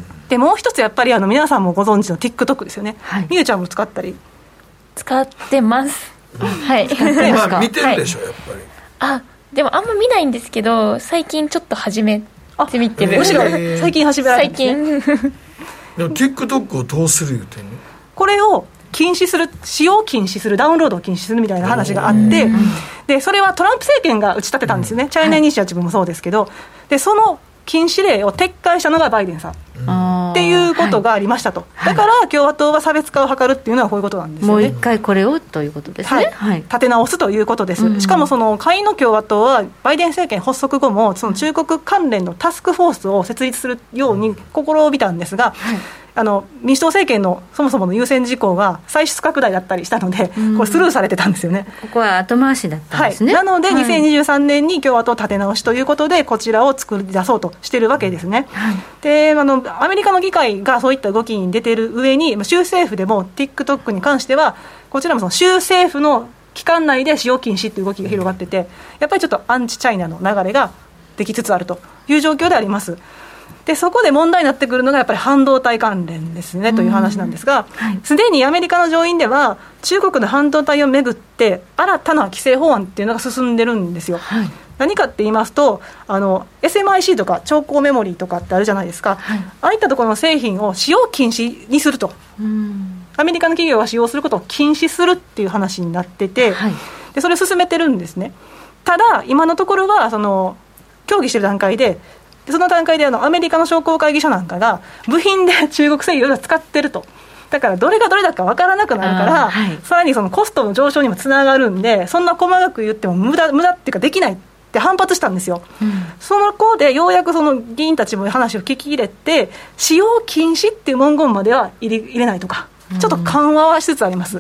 でもう一つやっぱりあの皆さんもご存知の TikTok ですよね、はい、みゆちゃんも使ったり使ってますはいまあ、見てるでしょ、はい、やっぱりあでもあんま見ないんですけど最近ちょっと始めてみてるむしろ最近始められたんですね最近でも TikTok をどうする言うてんのこれを禁止する使用を禁止するダウンロードを禁止するみたいな話があってでそれはトランプ政権が打ち立てたんですよね、うん、チャイナイニシアチブもそうですけど、はい、でその禁止令を撤回したのがバイデンさん、うん、っていうことがありましたと、はい、だから共和党は差別化を図るっていうのはこういうことなんですよね。 もう一回これをということですね、 はいはい、立て直すということです、うん、しかもその下院の共和党はバイデン政権発足後もその中国関連のタスクフォースを設立するように試みたんですが、はい、あの民主党政権のそもそもの優先事項が歳出拡大だったりしたので、うん、これスルーされてたんですよね。 ここは後回しだったんですね、 はい、なのでにせんにじゅうさんねんに共和党立て直しということでこちらを作り出そうとしているわけですね、はい、であのアメリカの議会がそういった動きに出ている上に州政府でも TikTok に関してはこちらもその州政府の期間内で使用禁止という動きが広がっててやっぱりちょっとアンチチャイナの流れができつつあるという状況であります。でそこで問題になってくるのがやっぱり半導体関連ですねという話なんですがすで、はい、にアメリカの上院では中国の半導体をめぐって新たな規制法案っていうのが進んでるんですよ、はい、何かって言いますとあの エスエムアイシー とか超高メモリーとかってあるじゃないですか、はい、ああいったところの製品を使用禁止にするとうんアメリカの企業が使用することを禁止するっていう話になってて、はい、でそれを進めてるんですね。ただ今のところはその協議してる段階ででその段階であのアメリカの商工会議所なんかが部品で中国製品を使ってるとだからどれがどれだか分からなくなるから、はい、さらにそのコストの上昇にもつながるんでそんな細かく言っても無駄無駄っていうかできないって反発したんですよ、うん、その子でようやくその議員たちも話を聞き入れて使用禁止っていう文言までは入れ、入れないとかちょっと緩和はしつつあります、うん、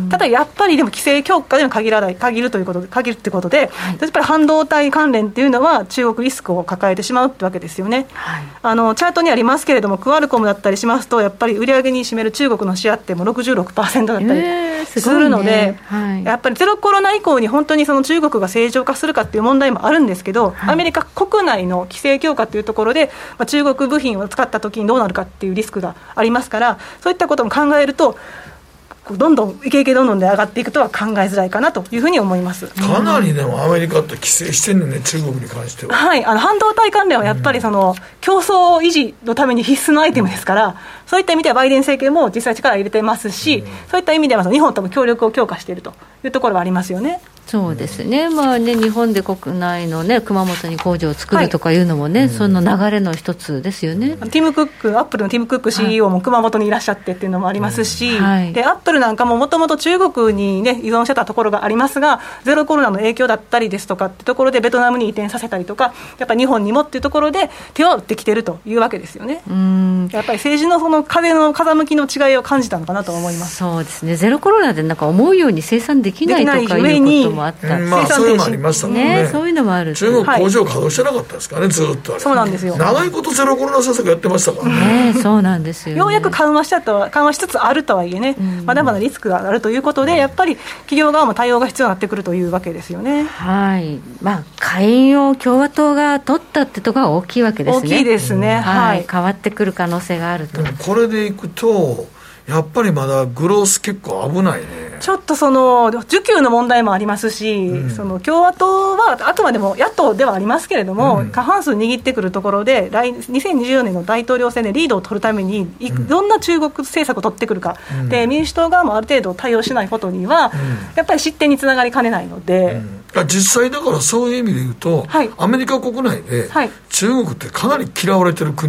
ただやっぱりでも規制強化でも限らない限るということで限るってことで、はい、やっぱり半導体関連っていうのは中国リスクを抱えてしまうってわけですよね、はい、あのチャートにありますけれどもクアルコムだったりしますとやっぱり売上に占める中国のシェアってもう ろくじゅうろくパーセント だったりするので、えーねはい、やっぱりゼロコロナ以降に本当にその中国が正常化するかっていう問題もあるんですけど、はい、アメリカ国内の規制強化というところで、まあ、中国部品を使った時にどうなるかっていうリスクがありますからそういったことも考えるとどんどんイケイケどんどんで上がっていくとは考えづらいかなというふうに思います。 かなりでもアメリカって規制してるのね中国に関しては。 はい、あの半導体関連はやっぱりその、うん、競争維持のために必須のアイテムですから、うん、そういった意味ではバイデン政権も実際力を入れてますし、うん、そういった意味では日本とも協力を強化しているというところはありますよね。 そうですね、まあね、日本で国内の、ね、熊本に工場を作るとかいうのもね、はい、その流れの一つですよね、 うん、ティム・クックアップルのティム・クック シーイーオー も熊本にいらっしゃってっていうのもありますし、はい、でアップルなんかももともと中国に、ね、依存してたところがありますがゼロコロナの影響だったりですとかってところでベトナムに移転させたりとかやっぱり日本にもっていうところで手を打ってきてるというわけですよね。うんやっぱり政治のその風の風向きの違いを感じたのかなと思います。 そうですねゼロコロナでなんか思うように生産できないとかいうこともあった、 まあそういうのもありましたもん ね, ねそういうのもある中国工場稼働してなかったですかね、はい、ずっとあれそうなんですよ長いことゼロコロナ政策やってましたからね、ねそうなんですよ、ね、 ようやく緩和したと緩和しつつあるとはいえね、うん、まだまだリスクがあるということで、うん、やっぱり企業側も対応が必要になってくるというわけですよね。 はい、まあ、下院を共和党が取ったってところが大きいわけですね。 大きいですね、うんはい、変わってくる可能性があると。 でもこれでいくとやっぱりまだグロース結構危ないね。 ちょっとその需給の問題もありますし、うん、その共和党はあくまでも野党ではありますけれども、うん、過半数握ってくるところで来にせんにじゅうよねんの大統領選でリードを取るためにいろんな中国政策を取ってくるか、うん、で民主党側もある程度対応しないことには、うん、やっぱり失点につながりかねないので、 うん、実際だからそういう意味で言うと、はい、アメリカ国内で中国ってかなり嫌われてる国なんや。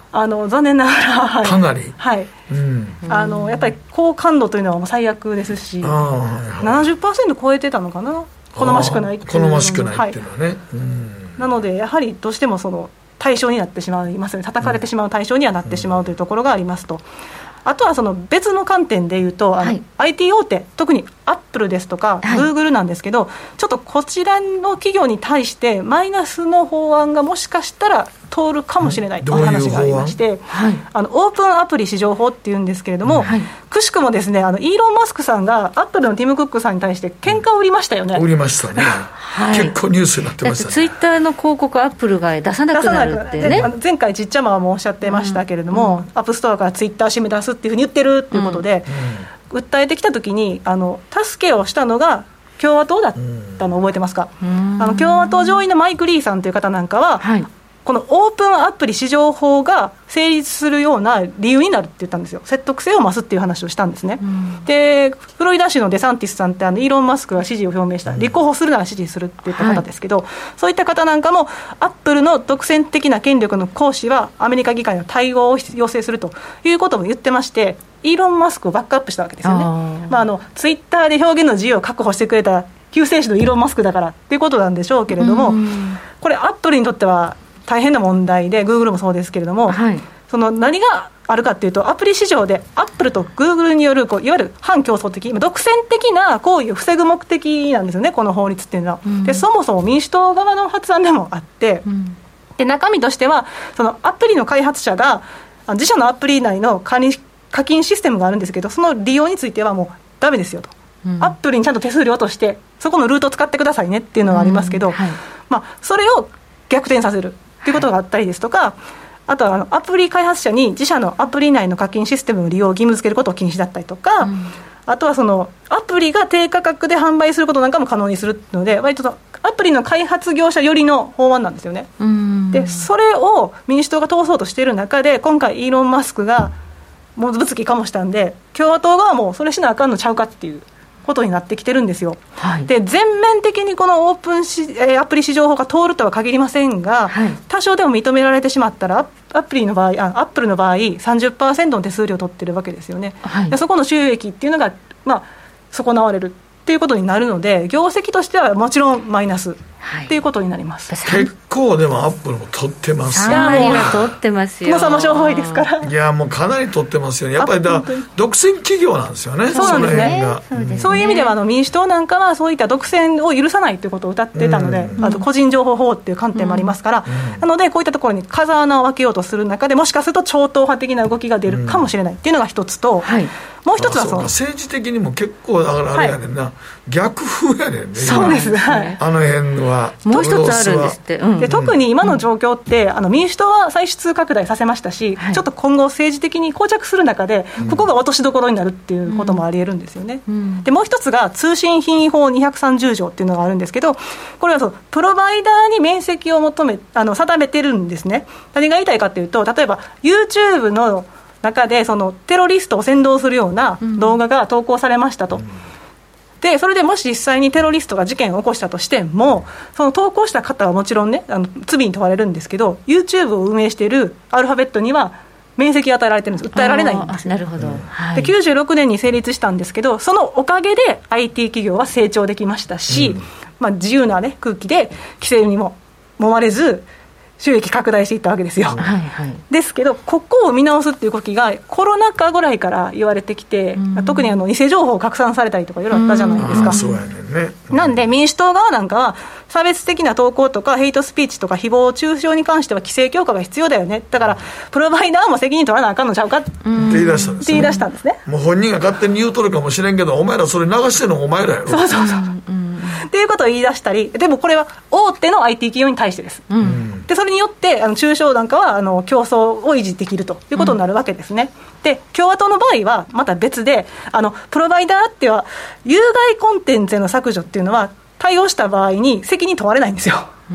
あの残念ながら、はい、 かなり、 はい、うん、あのやっぱり高感度というのはもう最悪ですし、あ、はいはい、ななじゅっパーセント 超えてたのかな、好ましくないっていう好ましくないっていうのはね、はい、うん、 なのでやはりどうしてもその対象になってしまいますよね、叩かれてしまう対象にはなってしまうというところがありますと、うん、あとはその別の観点でいうと、あの、はい、アイティー 大手、特にアップルですとか、はい、グーグルなんですけど、ちょっとこちらの企業に対してマイナスの法案がもしかしたら通るかもしれないという話がありまして、はい、あのオープンアプリ市場法っていうんですけれども、はい、くしくもですね、あのイーロン・マスクさんがアップルのティム・クックさんに対して喧嘩を売りましたよね。 売りましたね、はい、結構ニュースになってましたね。 ツイッターの広告アップルが出さなくなるってね、 あの前回ちっちゃまはもおっしゃってましたけれども、うん、アップストアからツイッター締め出すっていうふうに言ってるっていうことで、うんうん、訴えてきたときにあの助けをしたのが共和党だったの覚えてますか。あの共和党上院のマイク・リーさんという方なんかは、はい、このオープンアプリ市場法が成立するような理由になるって言ったんですよ。説得性を増すっていう話をしたんですね、うん、でフロリダ州のデサンティスさんってあのイーロン・マスクが支持を表明した、立候補するなら支持するって言った方ですけど、はい、そういった方なんかもアップルの独占的な権力の行使はアメリカ議会の対応を要請するということも言ってまして、イーロン・マスクをバックアップしたわけですよね。あ、まあ、あのツイッターで表現の自由を確保してくれた救世主のイーロン・マスクだからっていうことなんでしょうけれども、うん、これアップルにとっては大変な問題で、グーグルもそうですけれども、はい、その何があるかというと、アプリ市場でアップルとグーグルによるこういわゆる反競争的、独占的な行為を防ぐ目的なんですよね、この法律っていうのは、うん、でそもそも民主党側の発案でもあって、うん、で中身としてはそのアプリの開発者が自社のアプリ内の管理課金システムがあるんですけど、その利用についてはもうダメですよと、うん、アップルにちゃんと手数料を落としてそこのルートを使ってくださいねっていうのがありますけど、うん、はい、まあ、それを逆転させるということがあったりですとか、はい、あとはあのアプリ開発者に自社のアプリ内の課金システムの利用を義務付けることを禁止だったりとか、うん、あとはそのアプリが低価格で販売することなんかも可能にするので、割とアプリの開発業者寄りの法案なんですよね。うん、でそれを民主党が通そうとしている中で、今回イーロン・マスクがもう物議かもしたんで、共和党側もそれしなあかんのちゃうかっていうことになってきてるんですよ、はい、で全面的にこのオープンし、えー、アプリ市場法が通るとは限りませんが、はい、多少でも認められてしまったらアプリの場合、あアップルの場合 さんじゅっパーセント の手数料を取ってるわけですよね、はい、でそこの収益っていうのが、まあ、損なわれるっていうことになるので、業績としてはもちろんマイナスっていうことになります、 はい、結構でもアップルも取ってますよ。 さん割は取ってますよ。 もうその商法ですから。 いやもうかなり取ってますよね。やっぱりだ独占企業なんですよね。 そうなんですね。そうですね。そういう意味ではあの民主党なんかはそういった独占を許さないということを謳ってたので、うん、あと個人情報法っていう観点もありますから、うん、なのでこういったところに風穴を開けようとする中で、もしかすると超党派的な動きが出るかもしれないっていうのが一つと、うん、はい、もう一つはそう政治的にも結構だからあれやねんな、はい、逆風やねんね。 そうです、はい、 あの辺はもう一つあるんですって、うん、 で特に今の状況って、うん、あの民主党は歳出拡大させましたし、はい、ちょっと今後政治的に膠着する中で、うん、ここが落としどころになるっていうこともありえるんですよね、うん、でもう一つが通信品位法にひゃくさんじゅう条っていうのがあるんですけど、これはそうプロバイダーに面積を求めあの定めてるんですね。何が言いたいかというと、例えば YouTube の中でそのテロリストを扇動するような動画が投稿されましたと、うん、でそれでもし実際にテロリストが事件を起こしたとしても、その投稿した方はもちろんね、あの罪に問われるんですけど、 YouTube を運営しているアルファベットには免責が与えられてるんです。訴えられないんですよ。 なるほど、はい、 できゅうじゅうろくねんに成立したんですけど、そのおかげで アイティー 企業は成長できましたし、うん、まあ、自由な、ね、空気で規制にも揉まれず収益拡大していったわけですよ、はいはい、ですけどここを見直すっていう動きがコロナ禍ぐらいから言われてきて、うん、特にあの偽情報を拡散されたりとかいろいろあったじゃないですか、うん、 そうやねんね、うん、 なんで民主党側なんかは差別的な投稿とかヘイトスピーチとか誹謗中傷に関しては規制強化が必要だよね、だからプロバイダーも責任取らなあかんのちゃうかって言い出したんですね。 って言い出したんですね。 もう本人が勝手に言うとるかもしれんけど、お前らそれ流してるのお前らやろ。 そうそうそう、うん、っていうことを言い出したり、でもこれは大手の アイティー 企業に対してです、うん、でそれによってあの中小なんかはあの競争を維持できるということになるわけですね、うん、で共和党の場合はまた別で、あのプロバイダーっては有害コンテンツへの削除っていうのは対応した場合に責任問われないんですよ。うん、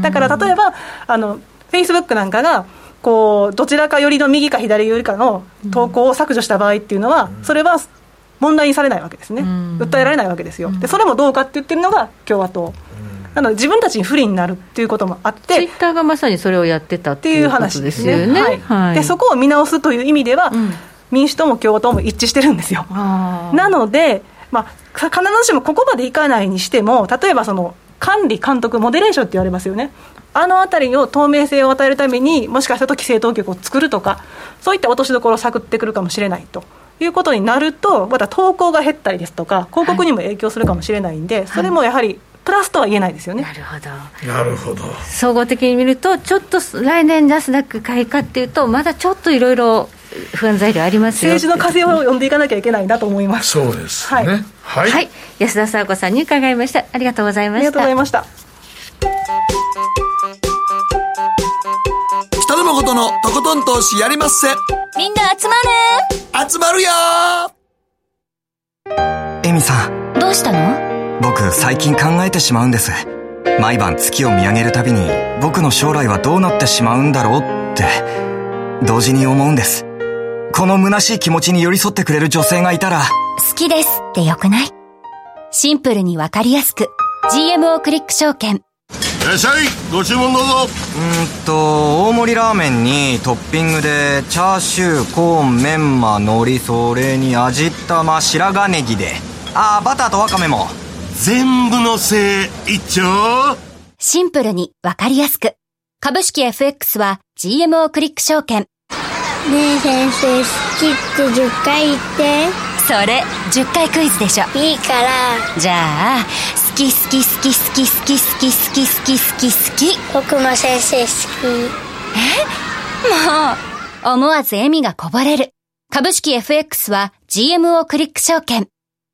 だから例えばあの Facebook なんかがこうどちらか寄りの右か左寄りかの投稿を削除した場合っていうのは、うん、それは問題にされないわけですね、うん、訴えられないわけですよ。でそれもどうかって言ってるのが共和党なので自分たちに不利になるっていうこともあって、 ツイッターがまさにそれをやってたっていう話ですよね。 はいはい、でそこを見直すという意味では、うん、民主党も共和党も一致してるんですよ。なので、まあ、必ずしもここまでいかないにしても、例えばその管理監督モデレーションって言われますよね。あのあたりを透明性を与えるためにもしかしたら規制当局を作るとか、そういった落としどころを探ってくるかもしれないということになると、また投稿が減ったりですとか広告にも影響するかもしれないんで、はい、それもやはりプラスとは言えないですよね。 なるほどなるほど。 総合的に見るとちょっと来年ジャスダック開花っていうとまだちょっといろいろ不安材料ありますよ。 政治の風を読んでいかなきゃいけないなと思います。 そうですね。はい、 はいはい、安田佐和子さんに伺いました。ありがとうございました。 ありがとうございました。 北野誠のとことん投資やりまっせ。 みんな集まる集まるよー。エミさん、 どうしたの？ 僕最近考えてしまうんです。毎晩月を見上げるたびに僕の将来はどうなってしまうんだろうって同時に思うんです。この虚しい気持ちに寄り添ってくれる女性がいたら。 好きですってよくない？シンプルにわかりやすく ジーエムオー クリック証券。 いらっしゃい、ご注文どうぞ。 うーんと大盛りラーメンにトッピングでチャーシュー、コーン、メンマ、海苔、それに味玉、白髪ネギで、あーバターとワカメも全部のせい一丁。 シンプルにわかりやすく株式 エフエックス は ジーエムオー クリック証券。 ねえ先生、好きってじゅっかい言って。 それじゅっかいクイズでしょ。 いいから。 じゃあ好き好き好き好き好き好き好き好き好き好き。 僕も先生好き。 え？もう思わず笑みがこぼれる。株式 エフエックス は ジーエムオー クリック証券。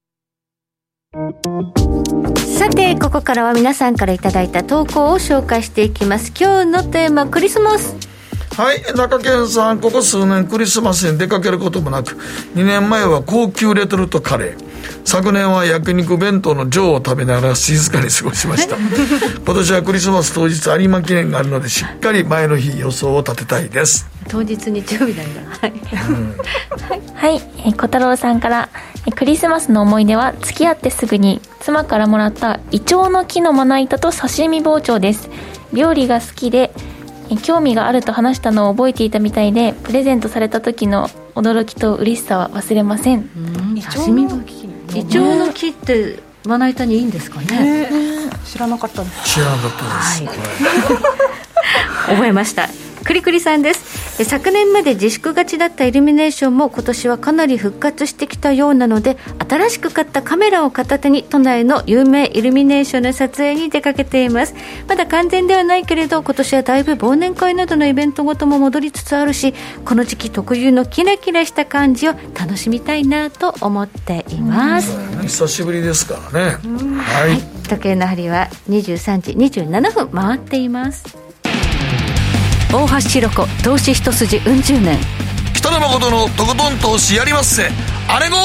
さてここからは皆さんからいただいた投稿を紹介していきます。今日のテーマ、クリスマス。 はい、中堅さん、ここ数年クリスマスに出かけることもなく、にねんまえは高級レトルトカレー、昨年は焼肉弁当の上を食べながら静かに過ごしました。今年はクリスマス当日有馬記念があるので、しっかり前の日予想を立てたいです。 当日日曜日なんだ。はい、うんはい、え小太郎さんから、えクリスマスの思い出は付き合ってすぐに妻からもらったイチョウの木のまな板と刺身包丁です。料理が好きで興味があると話したのを覚えていたみたいで、プレゼントされた時の驚きと嬉しさは忘れません。 イチョウの木、イチョウの木ってまな板にいいんですかね。 知らなかったです。 知らなかったです、 はい、覚えました。クリクリさんです。昨年まで自粛がちだったイルミネーションも今年はかなり復活してきたようなので、新しく買ったカメラを片手に都内の有名イルミネーションの撮影に出かけています。まだ完全ではないけれど、今年はだいぶ忘年会などのイベントごとも戻りつつあるし、この時期特有のキラキラした感じを楽しみたいなと思っています。 久しぶりですからね。 はい、はい、時計の針はにじゅうさんじにじゅうななふん回っています。大橋ひろ子投資一筋うん十年、 北野誠のとことん投資やりまっせ、あれごー。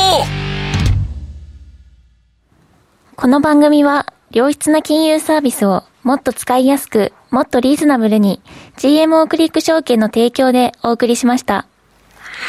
この番組は良質な金融サービスをもっと使いやすく、もっとリーズナブルに ジーエムオー クリック証券の提供でお送りしました。はい、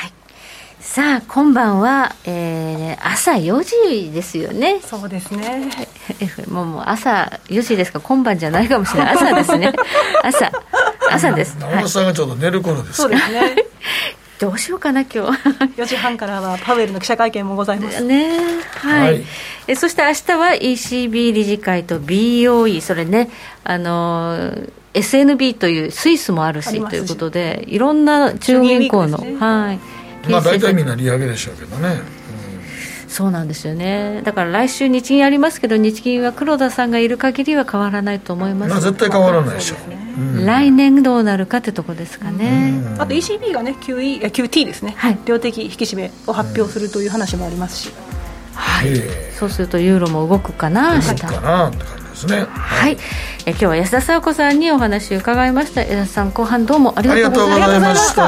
さあ今晩は、えー、朝よじですよね。 そうですね。 もうもう朝よじですか。今晩じゃないかもしれない。朝ですね。朝朝です。 直田さんがちょっと寝る頃です。 そうですね。 どうしようかな今日。 よじはんからはパウエルの記者会見もございますね。はい。はい、えそして明日は イーシービー 理事会と ビーオーイー、 それね、あのー、エスエヌビー というスイスもあるしということで、いろんな中央銀行の、ね、はい。 まあ大体みんな利上げでしょうけどね。 そうなんですよね。だから来週日銀ありますけど、日銀は黒田さんがいる限りは変わらないと思います。 まあ、絶対変わらないでしょう、 うん、来年どうなるかってとこですかね。 あと イーシービー がね キューイー、キューティー ですね、はい、量的引き締めを発表するという話もありますし、 はい、そうするとユーロも動くかな、 動くかなって感じですね。 はい、え今日は安田佐和子さんにお話を伺いました。安田さん、後半どうもありがとうございました。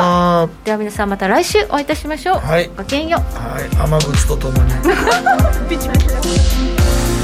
では皆さんまた来週お会いいたしましょう。はい、ごきげんよう。 はい、雨靴とともに